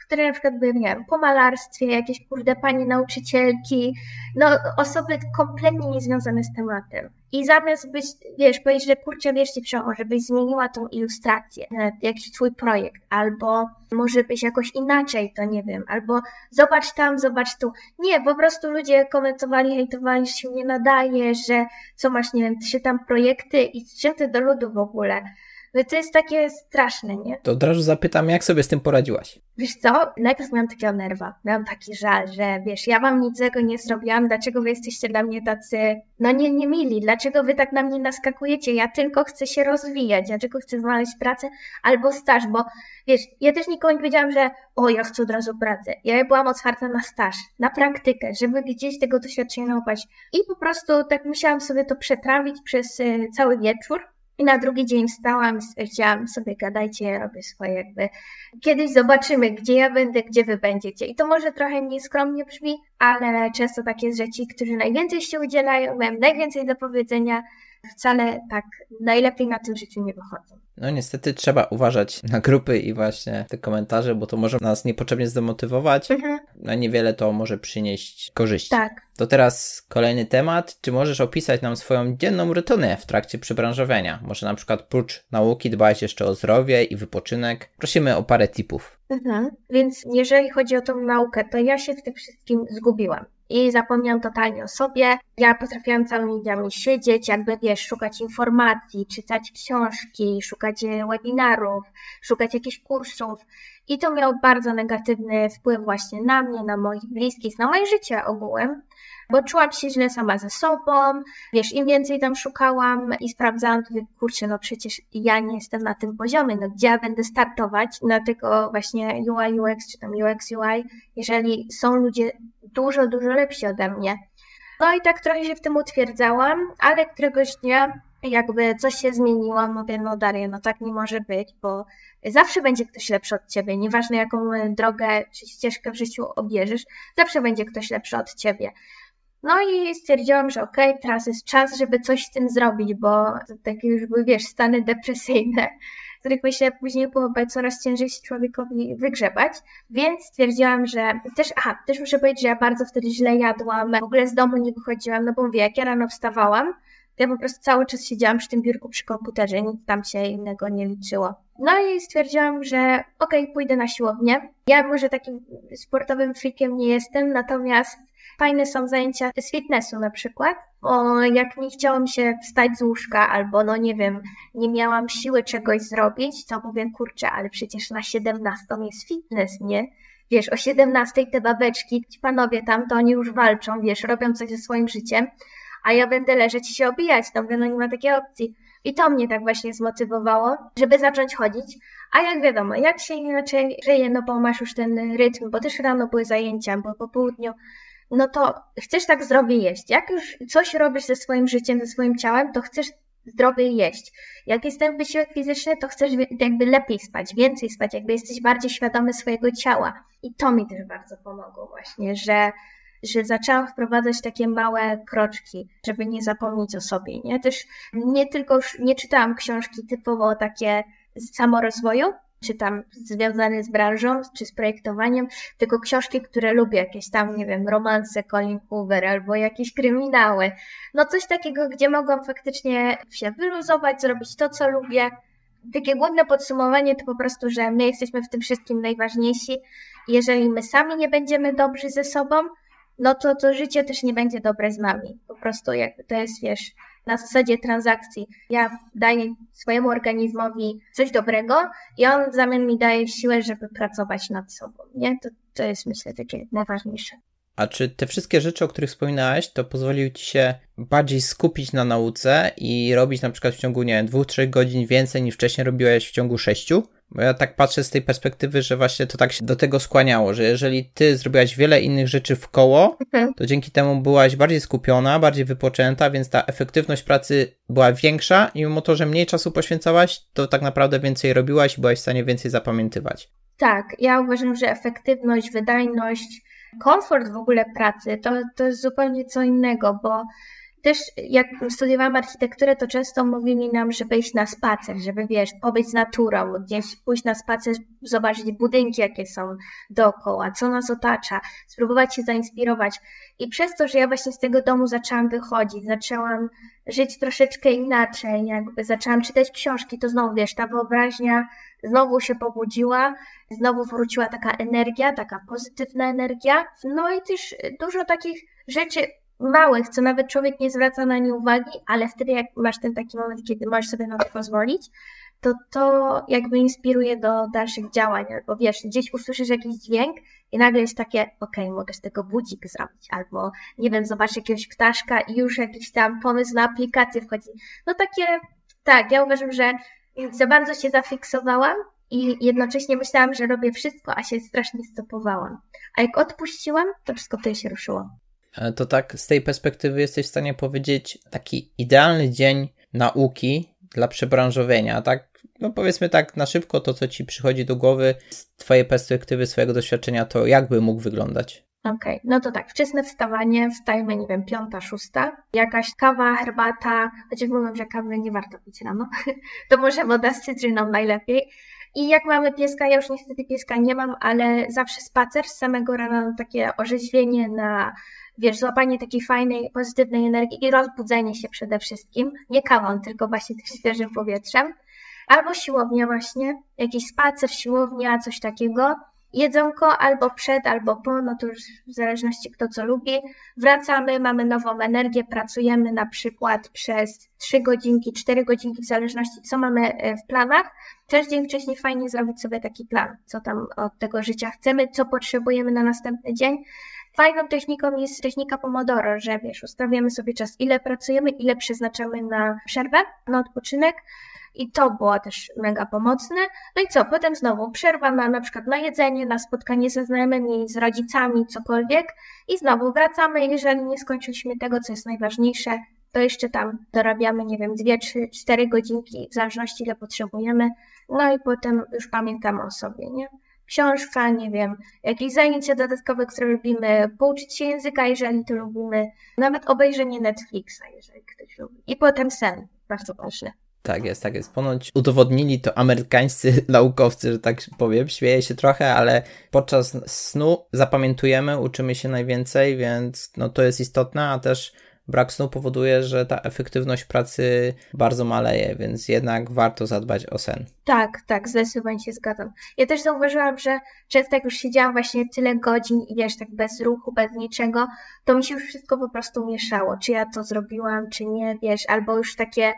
Speaker 2: które na przykład były, nie wiem, po malarstwie, jakieś panie nauczycielki, no osoby kompletnie niezwiązane z tematem. I zamiast być, powiedzieć, że wierzcie Przecho, żebyś zmieniła tą ilustrację, jakiś twój projekt, albo może byś jakoś inaczej, to nie wiem, albo zobacz tam, zobacz tu. Nie, po prostu ludzie komentowali, hejtowali, że się nie nadaje, że co masz, nie wiem, 3 tam projekty i z czym ty do ludu w ogóle. No to jest takie straszne, nie?
Speaker 1: To od razu zapytam, jak sobie z tym poradziłaś?
Speaker 2: Wiesz co? Najpierw miałam takiego nerwa. Miałam taki żal, że ja wam niczego nie zrobiłam, dlaczego wy jesteście dla mnie tacy, nie mili, dlaczego wy tak na mnie naskakujecie, ja tylko chcę się rozwijać, dlaczego chcę znaleźć pracę albo staż, bo ja też nikomu nie powiedziałam, że ja chcę od razu pracę. Ja byłam otwarta na staż, na praktykę, żeby gdzieś tego doświadczenia nabyć. I po prostu tak musiałam sobie to przetrawić przez cały wieczór. I na drugi dzień wstałam i stwierdziłam sobie, gadajcie, ja robię swoje jakby. Kiedyś zobaczymy, gdzie ja będę, gdzie wy będziecie. I to może trochę nieskromnie brzmi, ale często tak jest, że ci, którzy najwięcej się udzielają, mają najwięcej do powiedzenia, wcale tak najlepiej na tym życiu nie wychodzą.
Speaker 1: No niestety trzeba uważać na grupy i właśnie te komentarze, bo to może nas niepotrzebnie zdemotywować, a niewiele to może przynieść korzyści.
Speaker 2: Tak.
Speaker 1: To teraz kolejny temat. Czy możesz opisać nam swoją dzienną rutynę w trakcie przebranżowienia? Może na przykład prócz nauki dbać jeszcze o zdrowie i wypoczynek? Prosimy o parę tipów.
Speaker 2: Więc jeżeli chodzi o tą naukę, to ja się w tym wszystkim zgubiłam. I zapomniałam totalnie o sobie. Ja potrafiłam całymi dniami siedzieć, szukać informacji, czytać książki, szukać webinarów, szukać jakichś kursów. I to miało bardzo negatywny wpływ właśnie na mnie, na moich bliskich, na moje życie ogółem. Bo czułam się źle sama ze sobą, im więcej tam szukałam i sprawdzałam, to kurczę, przecież ja nie jestem na tym poziomie, gdzie ja będę startować na tego właśnie UI, UX, czy tam UX, UI, jeżeli są ludzie dużo, dużo lepsi ode mnie. No i tak trochę się w tym utwierdzałam, ale któregoś dnia coś się zmieniło, mówię, Daria, tak nie może być, bo zawsze będzie ktoś lepszy od ciebie, nieważne jaką drogę czy ścieżkę w życiu obierzesz, zawsze będzie ktoś lepszy od ciebie. No i stwierdziłam, że teraz jest czas, żeby coś z tym zrobić, bo takie już były, stany depresyjne, z których myślę później byłoby coraz ciężej się człowiekowi wygrzebać, więc stwierdziłam, że też muszę powiedzieć, że ja bardzo wtedy źle jadłam, w ogóle z domu nie wychodziłam, bo mówię, jak ja rano wstawałam, to ja po prostu cały czas siedziałam przy tym biurku, przy komputerze, nic tam się innego nie liczyło. No i stwierdziłam, że pójdę na siłownię. Ja może takim sportowym freakiem nie jestem, natomiast fajne są zajęcia z fitnessu na przykład. Jak nie chciało mi się wstać z łóżka albo nie miałam siły czegoś zrobić, to mówię, kurczę, ale przecież na 17 jest fitness, nie? O 17 te babeczki, ci panowie tam, to oni już walczą, robią coś ze swoim życiem, a ja będę leżeć i się obijać, nie ma takiej opcji. I to mnie tak właśnie zmotywowało, żeby zacząć chodzić. A jak wiadomo, jak się inaczej żyje, bo masz już ten rytm, bo też rano były zajęcia, bo po południu, to chcesz tak zdrowie jeść. Jak już coś robisz ze swoim życiem, ze swoim ciałem, to chcesz zdrowie jeść. Jak jest ten wysiłek fizyczny, to chcesz lepiej spać, więcej spać, jesteś bardziej świadomy swojego ciała. I to mi też bardzo pomogło właśnie, że zaczęłam wprowadzać takie małe kroczki, żeby nie zapomnieć o sobie, nie? Też nie czytałam książki typowo takie z samorozwoju, czy tam związane z branżą, czy z projektowaniem, tylko książki, które lubię, jakieś tam, romanse Colleen Hoover albo jakieś kryminały. Coś takiego, gdzie mogłam faktycznie się wyluzować, zrobić to, co lubię. Takie główne podsumowanie to po prostu, że my jesteśmy w tym wszystkim najważniejsi. Jeżeli my sami nie będziemy dobrzy ze sobą, to życie też nie będzie dobre z nami. Po prostu to jest, na zasadzie transakcji. Ja daję swojemu organizmowi coś dobrego i on w zamian mi daje siłę, żeby pracować nad sobą. Nie? To jest, myślę, takie najważniejsze.
Speaker 1: A czy te wszystkie rzeczy, o których wspominałaś, to pozwoliły ci się bardziej skupić na nauce i robić na przykład w ciągu, 2-3 godzin więcej niż wcześniej robiłeś w ciągu 6? Bo ja tak patrzę z tej perspektywy, że właśnie to tak się do tego skłaniało, że jeżeli ty zrobiłaś wiele innych rzeczy w koło, to dzięki temu byłaś bardziej skupiona, bardziej wypoczęta, więc ta efektywność pracy była większa i mimo to, że mniej czasu poświęcałaś, to tak naprawdę więcej robiłaś i byłaś w stanie więcej zapamiętywać.
Speaker 2: Tak, ja uważam, że efektywność, wydajność, komfort w ogóle pracy to jest zupełnie co innego, bo Też jak studiowałam architekturę, to często mówili nam, żeby iść na spacer, żeby pobyć z naturą, gdzieś pójść na spacer, zobaczyć budynki, jakie są dookoła, co nas otacza, spróbować się zainspirować. I przez to, że ja właśnie z tego domu zaczęłam wychodzić, zaczęłam żyć troszeczkę inaczej, jakby zaczęłam czytać książki, to znowu ta wyobraźnia znowu się pobudziła, znowu wróciła taka energia, taka pozytywna energia. No i też dużo takich rzeczy małych, co nawet człowiek nie zwraca na nie uwagi, ale wtedy jak masz ten taki moment, kiedy możesz sobie na to pozwolić, to jakby inspiruje do dalszych działań, albo gdzieś usłyszysz jakiś dźwięk i nagle jest takie, okej, mogę z tego budzik zrobić, albo nie wiem, zobacz jakiegoś ptaszka i już jakiś tam pomysł na aplikację wchodzi. No takie, tak, ja uważam, że za bardzo się zafiksowałam i jednocześnie myślałam, że robię wszystko, a się strasznie stopowałam. A jak odpuściłam, to wszystko wtedy się ruszyło.
Speaker 1: To tak z tej perspektywy jesteś w stanie powiedzieć taki idealny dzień nauki dla przebranżowienia, tak? No powiedzmy tak na szybko to, co ci przychodzi do głowy z twojej perspektywy, swojego doświadczenia, to jakby mógł wyglądać?
Speaker 2: Okej, no to tak, wczesne wstawanie, wstajemy, nie wiem, 5, 6, jakaś kawa, herbata, chociaż mówią, że kawy nie warto pić rano, to może woda z cytryną najlepiej. I jak mamy pieska, ja już niestety pieska nie mam, ale zawsze spacer z samego rana, takie orzeźwienie na, złapanie takiej fajnej, pozytywnej energii i rozbudzenie się przede wszystkim. Nie kawą, tylko właśnie też świeżym powietrzem. Albo siłownia właśnie, jakiś spacer, siłownia, coś takiego. Jedzonko albo przed, albo po, no to już w zależności kto co lubi. Wracamy, mamy nową energię, pracujemy na przykład przez 3 godzinki, 4 godzinki, w zależności co mamy w planach. Też dzień wcześniej fajnie zrobić sobie taki plan, co tam od tego życia chcemy, co potrzebujemy na następny dzień. Fajną techniką jest technika Pomodoro, że ustawiamy sobie czas, ile pracujemy, ile przeznaczamy na przerwę, na odpoczynek. I to było też mega pomocne. No i co? Potem znowu przerwa na przykład na jedzenie, na spotkanie ze znajomymi, z rodzicami, cokolwiek. I znowu wracamy. Jeżeli nie skończyliśmy tego, co jest najważniejsze, to jeszcze tam dorabiamy, nie wiem, 2, 3, 4 godzinki, w zależności ile potrzebujemy. No i potem już pamiętamy o sobie, nie? Książka, nie wiem, jakieś zajęcia dodatkowe, które lubimy, pouczyć się języka, jeżeli to lubimy, nawet obejrzenie Netflixa, jeżeli ktoś lubi. I potem sen, bardzo ważne.
Speaker 1: Tak jest, tak jest. Ponoć udowodnili to amerykańscy naukowcy, że tak powiem, śmieję się trochę, ale podczas snu zapamiętujemy, uczymy się najwięcej, więc no to jest istotne, a też brak snu powoduje, że ta efektywność pracy bardzo maleje, więc jednak warto zadbać o sen.
Speaker 2: Tak, zdecydowanie się zgadzam. Ja też zauważyłam, że często jak już siedziałam właśnie tyle godzin i tak bez ruchu, bez niczego, to mi się już wszystko po prostu mieszało. Czy ja to zrobiłam, czy nie, albo już takie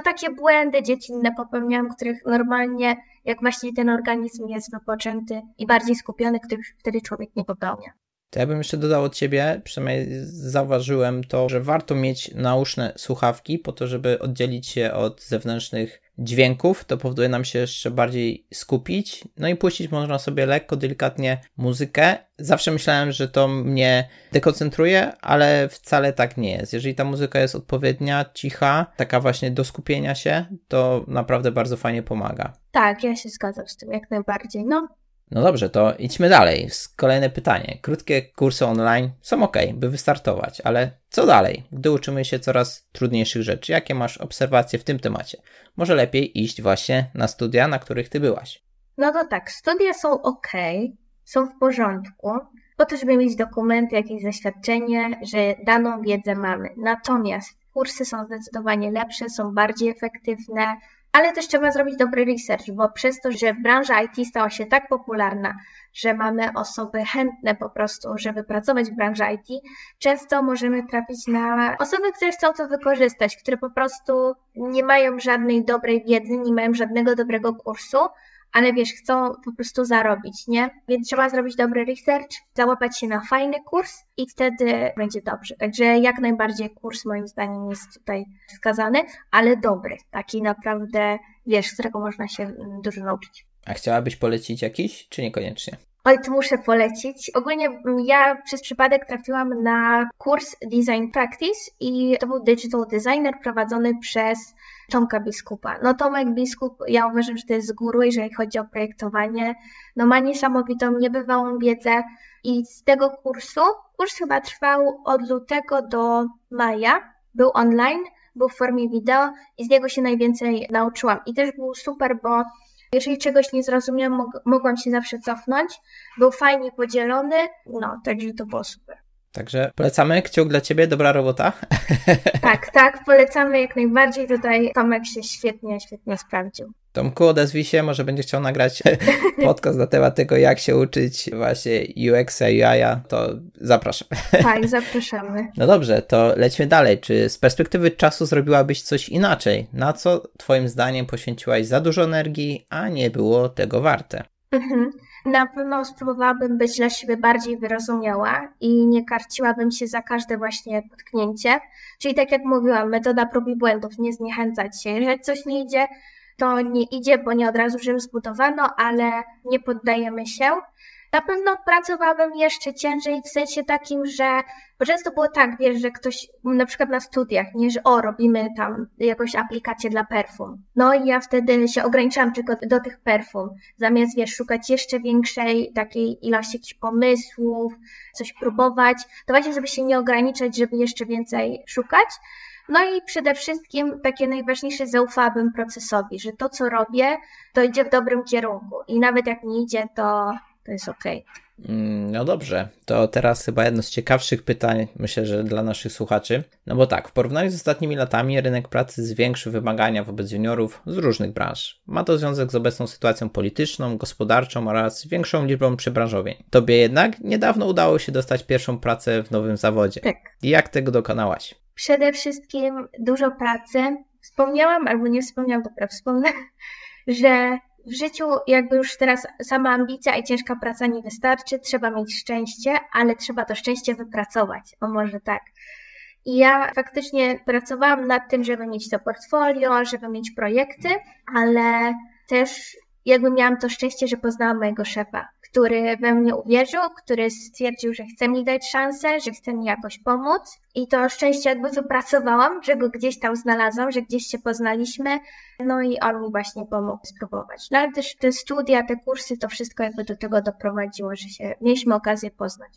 Speaker 2: błędy dziecinne popełniałam, których normalnie, jak właśnie ten organizm jest wypoczęty i bardziej skupiony, których wtedy człowiek nie popełnia.
Speaker 1: To ja bym jeszcze dodał od ciebie, przynajmniej zauważyłem to, że warto mieć nauszne słuchawki po to, żeby oddzielić się od zewnętrznych dźwięków. To powoduje nam się jeszcze bardziej skupić. No i puścić można sobie lekko, delikatnie muzykę. Zawsze myślałem, że to mnie dekoncentruje, ale wcale tak nie jest. Jeżeli ta muzyka jest odpowiednia, cicha, taka właśnie do skupienia się, to naprawdę bardzo fajnie pomaga.
Speaker 2: Tak, ja się zgadzam z tym jak najbardziej.
Speaker 1: No dobrze, to idźmy dalej. Kolejne pytanie. Krótkie kursy online są ok, by wystartować, ale co dalej, gdy uczymy się coraz trudniejszych rzeczy? Jakie masz obserwacje w tym temacie? Może lepiej iść właśnie na studia, na których ty byłaś?
Speaker 2: No to tak, studia są ok, są w porządku, po to, żeby mieć dokumenty, jakieś zaświadczenie, że daną wiedzę mamy. Natomiast kursy są zdecydowanie lepsze, są bardziej efektywne, ale też trzeba zrobić dobry research, bo przez to, że branża IT stała się tak popularna, że mamy osoby chętne po prostu, żeby pracować w branży IT, często możemy trafić na osoby, które chcą to wykorzystać, które po prostu nie mają żadnej dobrej wiedzy, nie mają żadnego dobrego kursu, ale chcą po prostu zarobić, nie? Więc trzeba zrobić dobry research, załapać się na fajny kurs i wtedy będzie dobrze. Także jak najbardziej kurs moim zdaniem jest tutaj wskazany, ale dobry, taki naprawdę, z którego można się dużo nauczyć.
Speaker 1: A chciałabyś polecić jakiś, czy niekoniecznie?
Speaker 2: Oj, tu muszę polecić. Ogólnie ja przez przypadek trafiłam na kurs Design Practice i to był Digital Designer prowadzony przez Tomka Biskupa. No Tomek Biskup, ja uważam, że to jest z góry, jeżeli chodzi o projektowanie. No ma niesamowitą, niebywałą wiedzę i z tego kurs chyba trwał od lutego do maja był online, był w formie wideo i z niego się najwięcej nauczyłam. I też był super, bo jeżeli czegoś nie zrozumiałam, mogłam się zawsze cofnąć. Był fajnie podzielony, także to było super.
Speaker 1: Także polecamy, kciuk dla Ciebie, dobra robota.
Speaker 2: Tak, polecamy jak najbardziej. Tutaj Tomek się świetnie sprawdził.
Speaker 1: Tomku, odezwij się, może będzie chciał nagrać podcast na temat tego, jak się uczyć właśnie UX-a, UI-a, to zapraszam.
Speaker 2: Tak, zapraszamy.
Speaker 1: No dobrze, to lećmy dalej. Czy z perspektywy czasu zrobiłabyś coś inaczej? Na co Twoim zdaniem poświęciłaś za dużo energii, a nie było tego warte?
Speaker 2: Na pewno spróbowałabym być dla siebie bardziej wyrozumiała i nie karciłabym się za każde właśnie potknięcie. Czyli tak jak mówiłam, metoda prób i błędów, nie zniechęcać się. Jeżeli coś nie idzie, to nie idzie, bo nie od razu Rzym zbudowano, ale nie poddajemy się. Na pewno pracowałabym jeszcze ciężej w sensie takim, bo często było tak, wiesz, że ktoś na przykład na studiach, nie, że robimy tam jakąś aplikację dla perfum. No i ja wtedy się ograniczałam tylko do tych perfum, zamiast, wiesz, szukać jeszcze większej takiej ilości jakichś pomysłów, coś próbować, to właśnie, żeby się nie ograniczać, żeby jeszcze więcej szukać. No i przede wszystkim takie najważniejsze, zaufałabym procesowi, że to, co robię, to idzie w dobrym kierunku i nawet jak nie idzie, to jest okej.
Speaker 1: No dobrze, to teraz chyba jedno z ciekawszych pytań, myślę, że dla naszych słuchaczy. No bo tak, w porównaniu z ostatnimi latami rynek pracy zwiększył wymagania wobec juniorów z różnych branż. Ma to związek z obecną sytuacją polityczną, gospodarczą oraz większą liczbą przebranżowień. Tobie jednak niedawno udało się dostać pierwszą pracę w nowym zawodzie.
Speaker 2: Tak.
Speaker 1: Jak tego dokonałaś?
Speaker 2: Przede wszystkim dużo pracy. Wspomniałam, albo nie wspomniałam, dobra, wspomnę, że w życiu jakby już teraz sama ambicja i ciężka praca nie wystarczy, trzeba mieć szczęście, ale trzeba to szczęście wypracować, o może tak. I ja faktycznie pracowałam nad tym, żeby mieć to portfolio, żeby mieć projekty, ale też jakby miałam to szczęście, że poznałam mojego szefa, który we mnie uwierzył, który stwierdził, że chce mi dać szansę, że chce mi jakoś pomóc i to szczęście jakby wypracowałam, że go gdzieś tam znalazłam, że gdzieś się poznaliśmy, no i on mi właśnie pomógł spróbować. No ale też te studia, te kursy, to wszystko jakby do tego doprowadziło, że mieliśmy okazję poznać.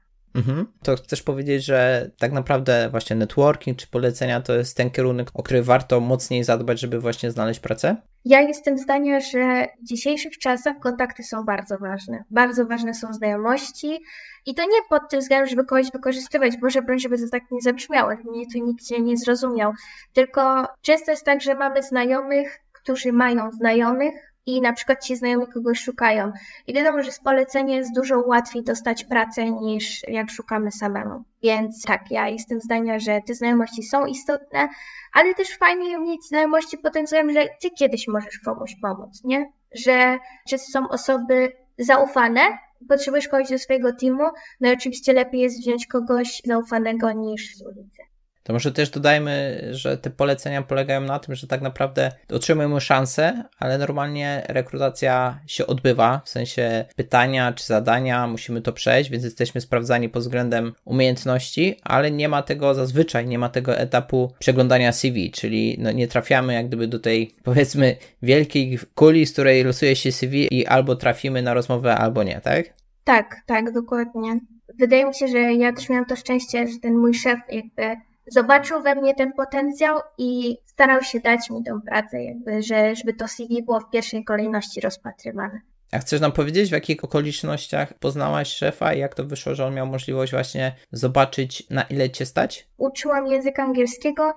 Speaker 1: To chcesz powiedzieć, że tak naprawdę właśnie networking czy polecenia to jest ten kierunek, o który warto mocniej zadbać, żeby właśnie znaleźć pracę?
Speaker 2: Ja jestem zdania, że w dzisiejszych czasach kontakty są bardzo ważne. Bardzo ważne są znajomości i to nie pod tym względem, żeby kogoś wykorzystywać, Boże broń, żeby to tak nie zabrzmiało, żeby mnie tu nikt nie zrozumiał. Tylko często jest tak, że mamy znajomych, którzy mają znajomych, i na przykład ci znajomi kogoś szukają. I wiadomo, że z polecenia jest dużo łatwiej dostać pracę niż jak szukamy samemu. Więc tak, ja jestem zdania, że te znajomości są istotne, ale też fajnie mieć znajomości pod tym względem, że ty kiedyś możesz komuś pomóc, nie? Że są osoby zaufane, potrzebujesz kogoś do swojego teamu, no i oczywiście lepiej jest wziąć kogoś zaufanego niż z ulicy.
Speaker 1: To może też dodajmy, że te polecenia polegają na tym, że tak naprawdę otrzymujemy szansę, ale normalnie rekrutacja się odbywa, w sensie pytania czy zadania, musimy to przejść, więc jesteśmy sprawdzani pod względem umiejętności, ale zazwyczaj nie ma tego etapu przeglądania CV, czyli nie trafiamy jak gdyby do tej, powiedzmy, wielkiej kuli, z której losuje się CV i albo trafimy na rozmowę, albo nie, tak?
Speaker 2: Tak, dokładnie. Wydaje mi się, że ja też miałam to szczęście, że ten mój szef jakby zobaczył we mnie ten potencjał i starał się dać mi tę pracę, jakby, żeby to CV było w pierwszej kolejności rozpatrywane.
Speaker 1: A chcesz nam powiedzieć, w jakich okolicznościach poznałaś szefa i jak to wyszło, że on miał możliwość właśnie zobaczyć, na ile cię stać?
Speaker 2: Uczyłam języka angielskiego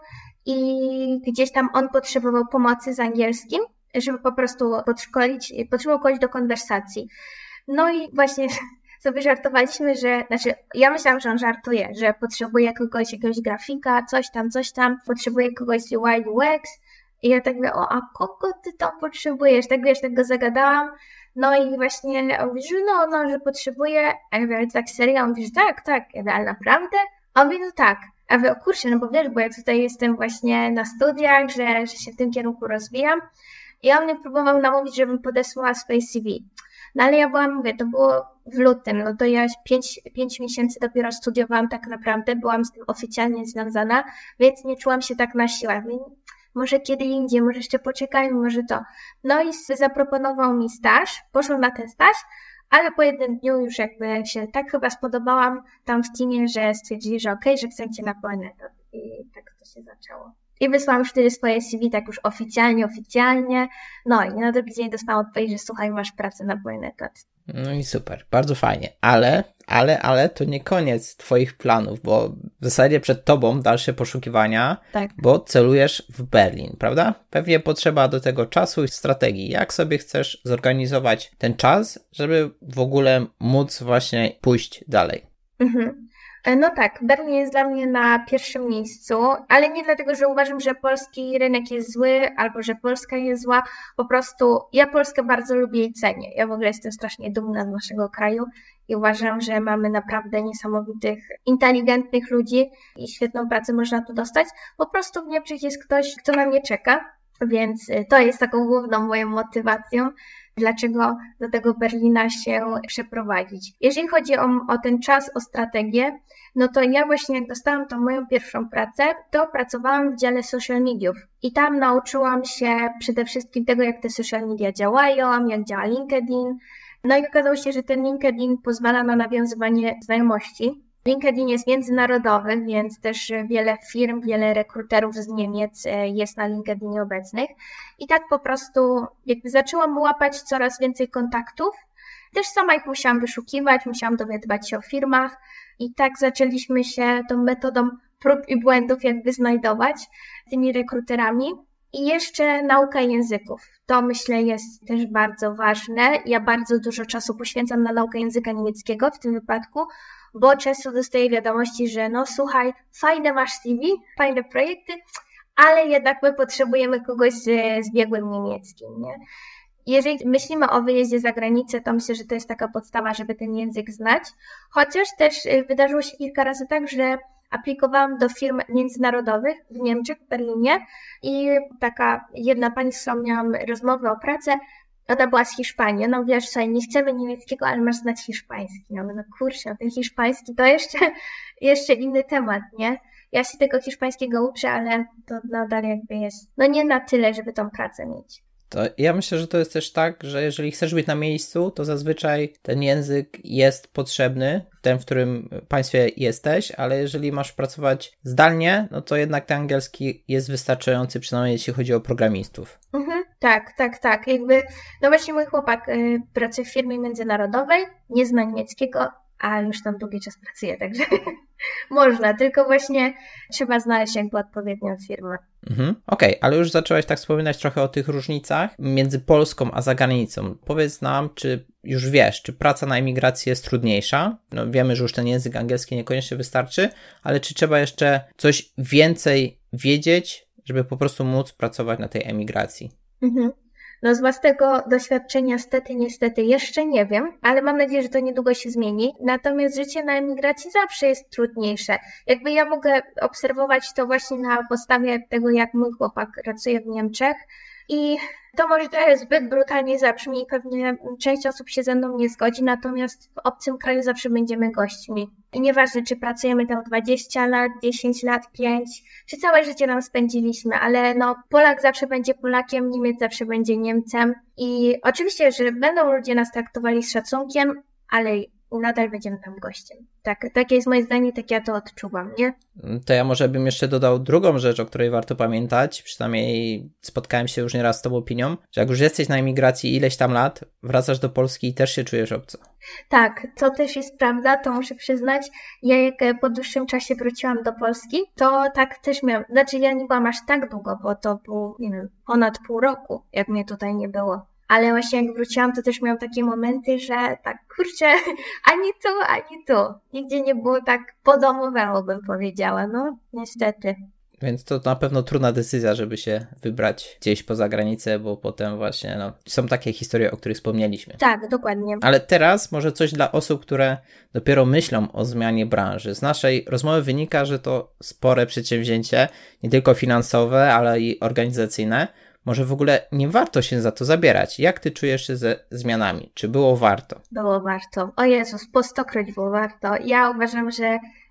Speaker 2: i gdzieś tam on potrzebował pomocy z angielskim, żeby po prostu podszkolić, potrzebował kogoś do konwersacji. No i właśnie sobie żartowaliśmy, ja myślałam, że on żartuje, że potrzebuje jakiegoś grafika, coś tam, potrzebuje kogoś z UI UX i ja tak mówię, a kogo ty tam potrzebujesz? Tak wiesz, tak go zagadałam, no i właśnie on mówi, że że potrzebuje, a ja mówię, tak serio? On mówi, że tak, ja mówię, ale naprawdę? A on mówi, no tak. A ja mówię, o kurczę, no bo wiesz, bo ja tutaj jestem właśnie na studiach, że się w tym kierunku rozwijam i on mnie próbował namówić, żebym podesłała swoje CV. No ale ja mówię, to było w lutym, no to ja 5 miesięcy dopiero studiowałam tak naprawdę, byłam z tym oficjalnie związana, więc nie czułam się tak na siłę. Może kiedy indziej, może jeszcze poczekajmy, może to. No i zaproponował mi staż, poszłam na ten staż, ale po jednym dniu już jakby się tak chyba spodobałam tam w teamie, że stwierdzili, że okej, że chcę cię na pełen etat. I tak to się zaczęło. I wysłałam już wtedy swoje CV tak już oficjalnie. No i na drugi dzień dostałam odpowiedź, że słuchaj, masz pracę na pełen etat.
Speaker 1: No i super, bardzo fajnie, ale to nie koniec twoich planów, bo w zasadzie przed tobą dalsze poszukiwania,
Speaker 2: tak.
Speaker 1: Bo celujesz w Berlin, prawda? Pewnie potrzeba do tego czasu i strategii. Jak sobie chcesz zorganizować ten czas, żeby w ogóle móc właśnie pójść dalej?
Speaker 2: No tak, Berlin jest dla mnie na pierwszym miejscu, ale nie dlatego, że uważam, że polski rynek jest zły albo że Polska jest zła. Po prostu ja Polskę bardzo lubię i cenię. Ja w ogóle jestem strasznie dumna z naszego kraju i uważam, że mamy naprawdę niesamowitych, inteligentnych ludzi i świetną pracę można tu dostać. Po prostu w Niemczech jest ktoś, kto na mnie czeka, więc to jest taką główną moją motywacją, dlaczego do tego Berlina się przeprowadzić. Jeżeli chodzi o ten czas, o strategię, no to ja właśnie jak dostałam tą moją pierwszą pracę, to pracowałam w dziale social mediów i tam nauczyłam się przede wszystkim tego, jak te social media działają, jak działa LinkedIn. No i okazało się, że ten LinkedIn pozwala na nawiązywanie znajomości. LinkedIn jest międzynarodowy, więc też wiele firm, wiele rekruterów z Niemiec jest na LinkedInie obecnych. I tak po prostu jakby zaczęłam łapać coraz więcej kontaktów. Też sama ich musiałam wyszukiwać, musiałam dowiadywać się o firmach i tak zaczęliśmy się tą metodą prób i błędów jakby znajdować tymi rekruterami. I jeszcze nauka języków. To myślę jest też bardzo ważne. Ja bardzo dużo czasu poświęcam na naukę języka niemieckiego w tym wypadku, bo często dostaję wiadomości, że no słuchaj, fajne masz CV, fajne projekty, ale jednak my potrzebujemy kogoś z biegłym niemieckim, nie? Jeżeli myślimy o wyjeździe za granicę, to myślę, że to jest taka podstawa, żeby ten język znać. Chociaż też wydarzyło się kilka razy tak, że aplikowałam do firm międzynarodowych w Niemczech, w Berlinie i taka jedna pani, z którą miałam rozmowę o pracę, ona była z Hiszpanii. No wiesz, słuchaj, nie chcemy niemieckiego, ale masz znać hiszpański. No kurczę, ten hiszpański to jeszcze inny temat, nie? Ja się tego hiszpańskiego uczę, ale to nadal jakby jest, no nie na tyle, żeby tą pracę mieć.
Speaker 1: To ja myślę, że to jest też tak, że jeżeli chcesz być na miejscu, to zazwyczaj ten język jest potrzebny, ten, w którym państwie jesteś, ale jeżeli masz pracować zdalnie, no to jednak ten angielski jest wystarczający, przynajmniej jeśli chodzi o programistów.
Speaker 2: Tak. Jakby, no właśnie mój chłopak pracuje w firmie międzynarodowej, nie zna niemieckiego, a już tam długi czas pracuje, także można, tylko właśnie trzeba znaleźć jakby odpowiednią firmę.
Speaker 1: Okej, ale już zaczęłaś tak wspominać trochę o tych różnicach między Polską a zagranicą. Powiedz nam, czy już wiesz, czy praca na emigracji jest trudniejsza? No wiemy, że już ten język angielski niekoniecznie wystarczy, ale czy trzeba jeszcze coś więcej wiedzieć, żeby po prostu móc pracować na tej emigracji?
Speaker 2: No z własnego doświadczenia niestety jeszcze nie wiem, ale mam nadzieję, że to niedługo się zmieni. Natomiast życie na emigracji zawsze jest trudniejsze. Jakby ja mogę obserwować to właśnie na podstawie tego, jak mój chłopak pracuje w Niemczech i to może trochę zbyt brutalnie zabrzmi i pewnie część osób się ze mną nie zgodzi, natomiast w obcym kraju zawsze będziemy gośćmi. I nieważne, czy pracujemy tam 20 lat, 10 lat, 5, czy całe życie nam spędziliśmy, ale no Polak zawsze będzie Polakiem, Niemiec zawsze będzie Niemcem i oczywiście, że będą ludzie nas traktowali z szacunkiem, ale nadal będziemy tam gościem. Tak, takie jest moje zdanie, tak ja to odczuwam, nie?
Speaker 1: To ja może bym jeszcze dodał drugą rzecz, o której warto pamiętać, przynajmniej spotkałem się już nieraz z tą opinią, że jak już jesteś na emigracji ileś tam lat, wracasz do Polski i też się czujesz obco.
Speaker 2: Tak, to też jest prawda, to muszę przyznać. Ja jak po dłuższym czasie wróciłam do Polski, to tak też miałam, znaczy ja nie byłam aż tak długo, bo to było, nie wiem, ponad pół roku, jak mnie tutaj nie było. Ale właśnie jak wróciłam, to też miałam takie momenty, że tak, kurczę, ani tu. Nigdzie nie było tak po domowemu, bym powiedziała, no niestety.
Speaker 1: Więc to na pewno trudna decyzja, żeby się wybrać gdzieś poza granicę, bo potem właśnie są takie historie, o których wspomnieliśmy.
Speaker 2: Tak, dokładnie.
Speaker 1: Ale teraz może coś dla osób, które dopiero myślą o zmianie branży. Z naszej rozmowy wynika, że to spore przedsięwzięcie, nie tylko finansowe, ale i organizacyjne. Może w ogóle nie warto się za to zabierać. Jak ty czujesz się ze zmianami? Czy było warto?
Speaker 2: Było warto. O Jezus, po 100-kroć było warto. Ja uważam, że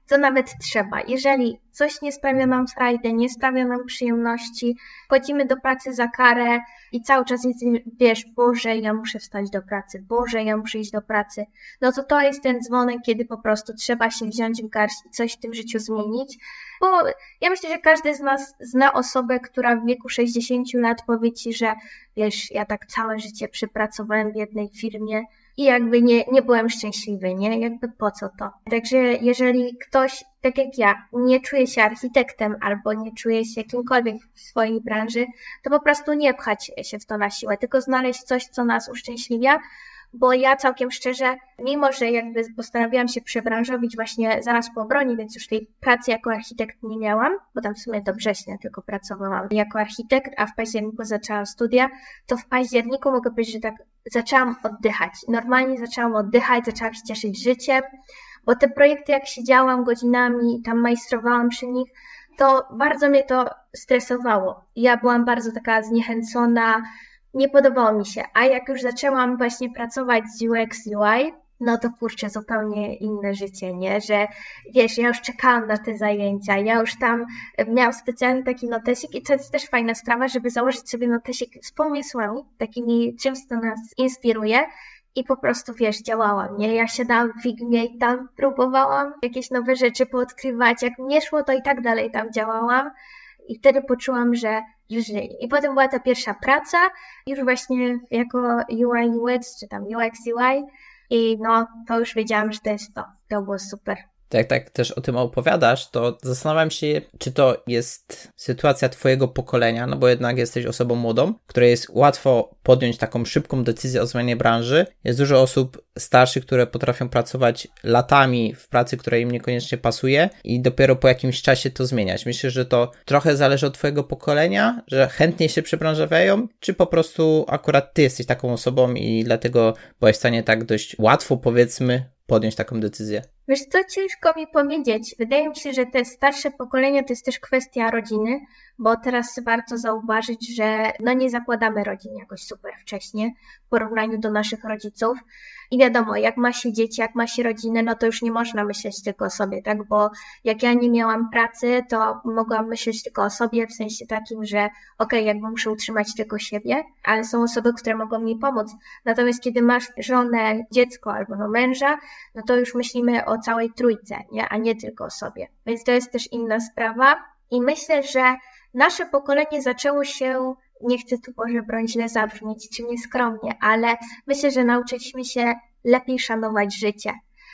Speaker 2: co nawet trzeba. Jeżeli coś nie sprawia nam frajdy, nie sprawia nam przyjemności, chodzimy do pracy za karę i cały czas wiesz, Boże, ja muszę wstać do pracy, Boże, ja muszę iść do pracy, no to jest ten dzwonek, kiedy po prostu trzeba się wziąć w garść i coś w tym życiu zmienić, bo ja myślę, że każdy z nas zna osobę, która w wieku 60 lat powie ci, że wiesz, ja tak całe życie przepracowałem w jednej firmie i jakby nie byłem szczęśliwy, nie? Jakby po co to? Także jeżeli ktoś, tak jak ja, nie czuje się architektem albo nie czuje się kimkolwiek w swojej branży, to po prostu nie pchać się w to na siłę, tylko znaleźć coś, co nas uszczęśliwia, bo ja całkiem szczerze, mimo że jakby postanowiłam się przebranżowić właśnie zaraz po obronie, więc już tej pracy jako architekt nie miałam, bo tam w sumie do września tylko pracowałam jako architekt, a w październiku zaczęłam studia, to w październiku mogę powiedzieć, że tak zaczęłam oddychać. Normalnie zaczęłam oddychać, zaczęłam się cieszyć życiem, bo te projekty jak siedziałam godzinami, tam majstrowałam przy nich, to bardzo mnie to stresowało. Ja byłam bardzo taka zniechęcona, nie podobało mi się, a jak już zaczęłam właśnie pracować z UX, UI, no to kurczę, zupełnie inne życie, nie? Że wiesz, ja już czekałam na te zajęcia, ja już tam miałam specjalny taki notesik i to jest też fajna sprawa, żeby założyć sobie notesik z pomysłami, takimi czymś, co nas inspiruje i po prostu, wiesz, działałam, nie? Ja siadałam w Figmie i tam próbowałam jakieś nowe rzeczy poodkrywać, jak nie szło, to i tak dalej tam działałam. I wtedy poczułam, że już żyję. I potem była ta pierwsza praca, już właśnie jako UI UX, czy tam UX UI. I no, to już wiedziałam, że to jest to. To było super.
Speaker 1: Tak też o tym opowiadasz, to zastanawiam się, czy to jest sytuacja twojego pokolenia, no bo jednak jesteś osobą młodą, której jest łatwo podjąć taką szybką decyzję o zmianie branży. Jest dużo osób starszych, które potrafią pracować latami w pracy, która im niekoniecznie pasuje i dopiero po jakimś czasie to zmieniać. Myślę, że to trochę zależy od twojego pokolenia, że chętnie się przebranżawiają, czy po prostu akurat ty jesteś taką osobą i dlatego byłeś w stanie tak dość łatwo, powiedzmy, podjąć taką decyzję?
Speaker 2: Wiesz co, ciężko mi powiedzieć. Wydaje mi się, że te starsze pokolenia to jest też kwestia rodziny, bo teraz warto zauważyć, że no nie zakładamy rodzin jakoś super wcześnie w porównaniu do naszych rodziców. I wiadomo, jak ma się dzieci, jak ma się rodzinę, no to już nie można myśleć tylko o sobie, tak? Bo jak ja nie miałam pracy, to mogłam myśleć tylko o sobie w sensie takim, że okej, jakby muszę utrzymać tylko siebie, ale są osoby, które mogą mi pomóc. Natomiast kiedy masz żonę, dziecko albo no męża, no to już myślimy o całej trójce, nie? A nie tylko o sobie. Więc to jest też inna sprawa. I myślę, że nasze pokolenie zaczęło się, nie chcę tu Boże broń źle zabrzmieć, czy nieskromnie, ale myślę, że nauczyliśmy się lepiej szanować życie.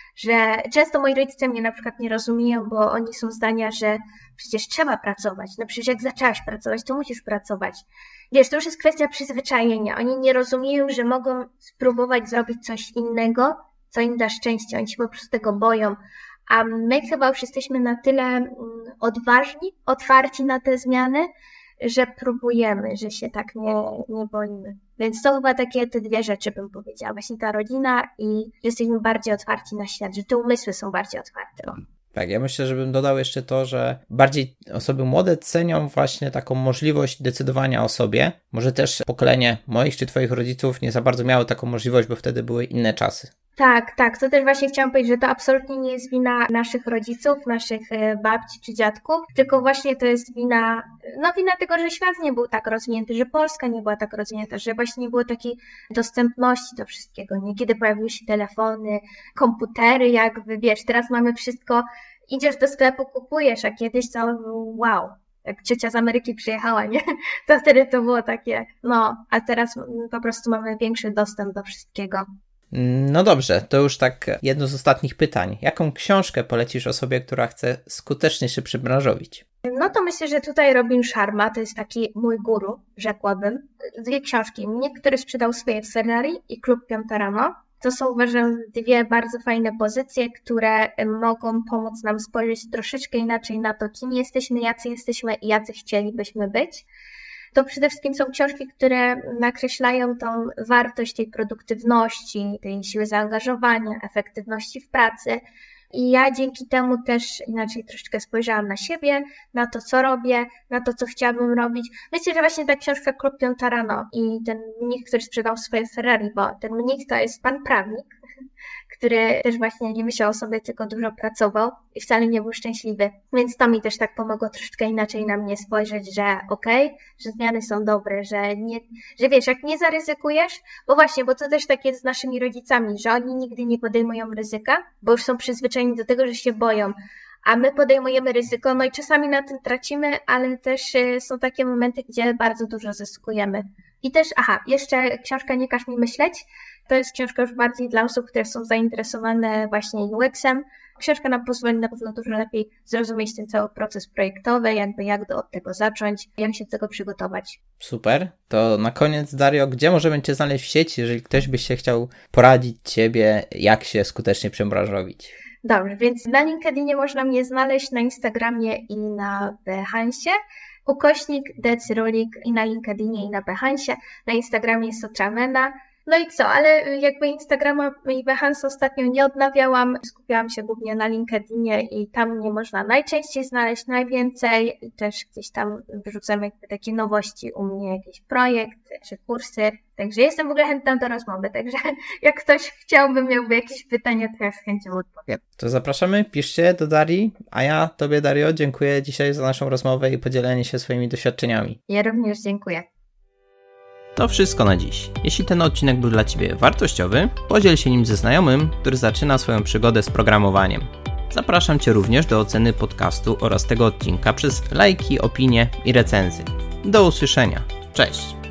Speaker 2: Że często moi rodzice mnie na przykład nie rozumieją, bo oni są zdania, że przecież trzeba pracować. No przecież jak zaczęłaś pracować, to musisz pracować. Wiesz, to już jest kwestia przyzwyczajenia. Oni nie rozumieją, że mogą spróbować zrobić coś innego, co im da szczęście. Oni się po prostu tego boją. A my chyba już jesteśmy na tyle odważni, otwarci na te zmiany, że próbujemy, że się tak nie boimy. Więc to chyba takie te dwie rzeczy bym powiedziała. Właśnie ta rodzina i że jesteśmy bardziej otwarci na świat, że te umysły są bardziej otwarte.
Speaker 1: Tak, ja myślę, że bym dodał jeszcze to, że bardziej osoby młode cenią właśnie taką możliwość decydowania o sobie. Może też pokolenie moich czy twoich rodziców nie za bardzo miało taką możliwość, bo wtedy były inne czasy.
Speaker 2: Tak, to też właśnie chciałam powiedzieć, że to absolutnie nie jest wina naszych rodziców, naszych babci czy dziadków, tylko właśnie to jest wina tego, że świat nie był tak rozwinięty, że Polska nie była tak rozwinięta, że właśnie nie było takiej dostępności do wszystkiego, nie? Kiedy pojawiły się telefony, komputery, jakby wiesz, teraz mamy wszystko, idziesz do sklepu, kupujesz, a kiedyś to wow. Jak ciocia z Ameryki przyjechała, nie? To wtedy to było takie, a teraz po prostu mamy większy dostęp do wszystkiego.
Speaker 1: No dobrze, to już tak jedno z ostatnich pytań. Jaką książkę polecisz osobie, która chce skutecznie się przebranżowić?
Speaker 2: No to myślę, że tutaj Robin Sharma to jest taki mój guru, rzekłabym. Dwie książki. Mnie, który sprzedał swoje Ferrari i Klub Piąta Rano. To są, uważam, dwie bardzo fajne pozycje, które mogą pomóc nam spojrzeć troszeczkę inaczej na to, kim jesteśmy, jacy jesteśmy i jacy chcielibyśmy być. To przede wszystkim są książki, które nakreślają tą wartość tej produktywności, tej siły zaangażowania, efektywności w pracy. I ja dzięki temu też inaczej troszeczkę spojrzałam na siebie, na to, co robię, na to, co chciałabym robić. Myślę, że właśnie ta książka Klub Piąta Rano i ten mnich, który sprzedał swoje Ferrari, bo ten mnich to jest pan prawnik, który też właśnie nie myślał o sobie, tylko dużo pracował i wcale nie był szczęśliwy. Więc to mi też tak pomogło troszeczkę inaczej na mnie spojrzeć, że że zmiany są dobre, że wiesz, jak nie zaryzykujesz, bo to też tak jest z naszymi rodzicami, że oni nigdy nie podejmują ryzyka, bo już są przyzwyczajeni do tego, że się boją. A my podejmujemy ryzyko, no i czasami na tym tracimy, ale też są takie momenty, gdzie bardzo dużo zyskujemy. I też, jeszcze książka Nie każ mi myśleć. To jest książka już bardziej dla osób, które są zainteresowane właśnie UX-em. Książka nam pozwoli na pewno dużo lepiej zrozumieć ten cały proces projektowy, jak od tego zacząć, jak się do tego przygotować.
Speaker 1: Super. To na koniec, Dario, gdzie możemy Cię znaleźć w sieci, jeżeli ktoś by się chciał poradzić Ciebie, jak się skutecznie przebranżowić?
Speaker 2: Dobrze, więc na LinkedInie można mnie znaleźć, na Instagramie i na Behansie. /Decyrulik i na LinkedInie i na Behansie. Na Instagramie jest Ochamena. No i co, ale jakby Instagrama i Behance ostatnio nie odnawiałam. Skupiałam się głównie na LinkedInie i tam mnie można najczęściej znaleźć, najwięcej. Też gdzieś tam wyrzucam jakby takie nowości u mnie, jakiś projekt czy kursy. Także jestem w ogóle chętna do rozmowy. Także jak ktoś chciałby, miałby jakieś pytania, to ja z chęcią odpowiem.
Speaker 1: To zapraszamy, piszcie do Darii, a ja Tobie, Dario, dziękuję dzisiaj za naszą rozmowę i podzielenie się swoimi doświadczeniami.
Speaker 2: Ja również dziękuję.
Speaker 1: To wszystko na dziś. Jeśli ten odcinek był dla Ciebie wartościowy, podziel się nim ze znajomym, który zaczyna swoją przygodę z programowaniem. Zapraszam Cię również do oceny podcastu oraz tego odcinka przez lajki, opinie i recenzje. Do usłyszenia. Cześć!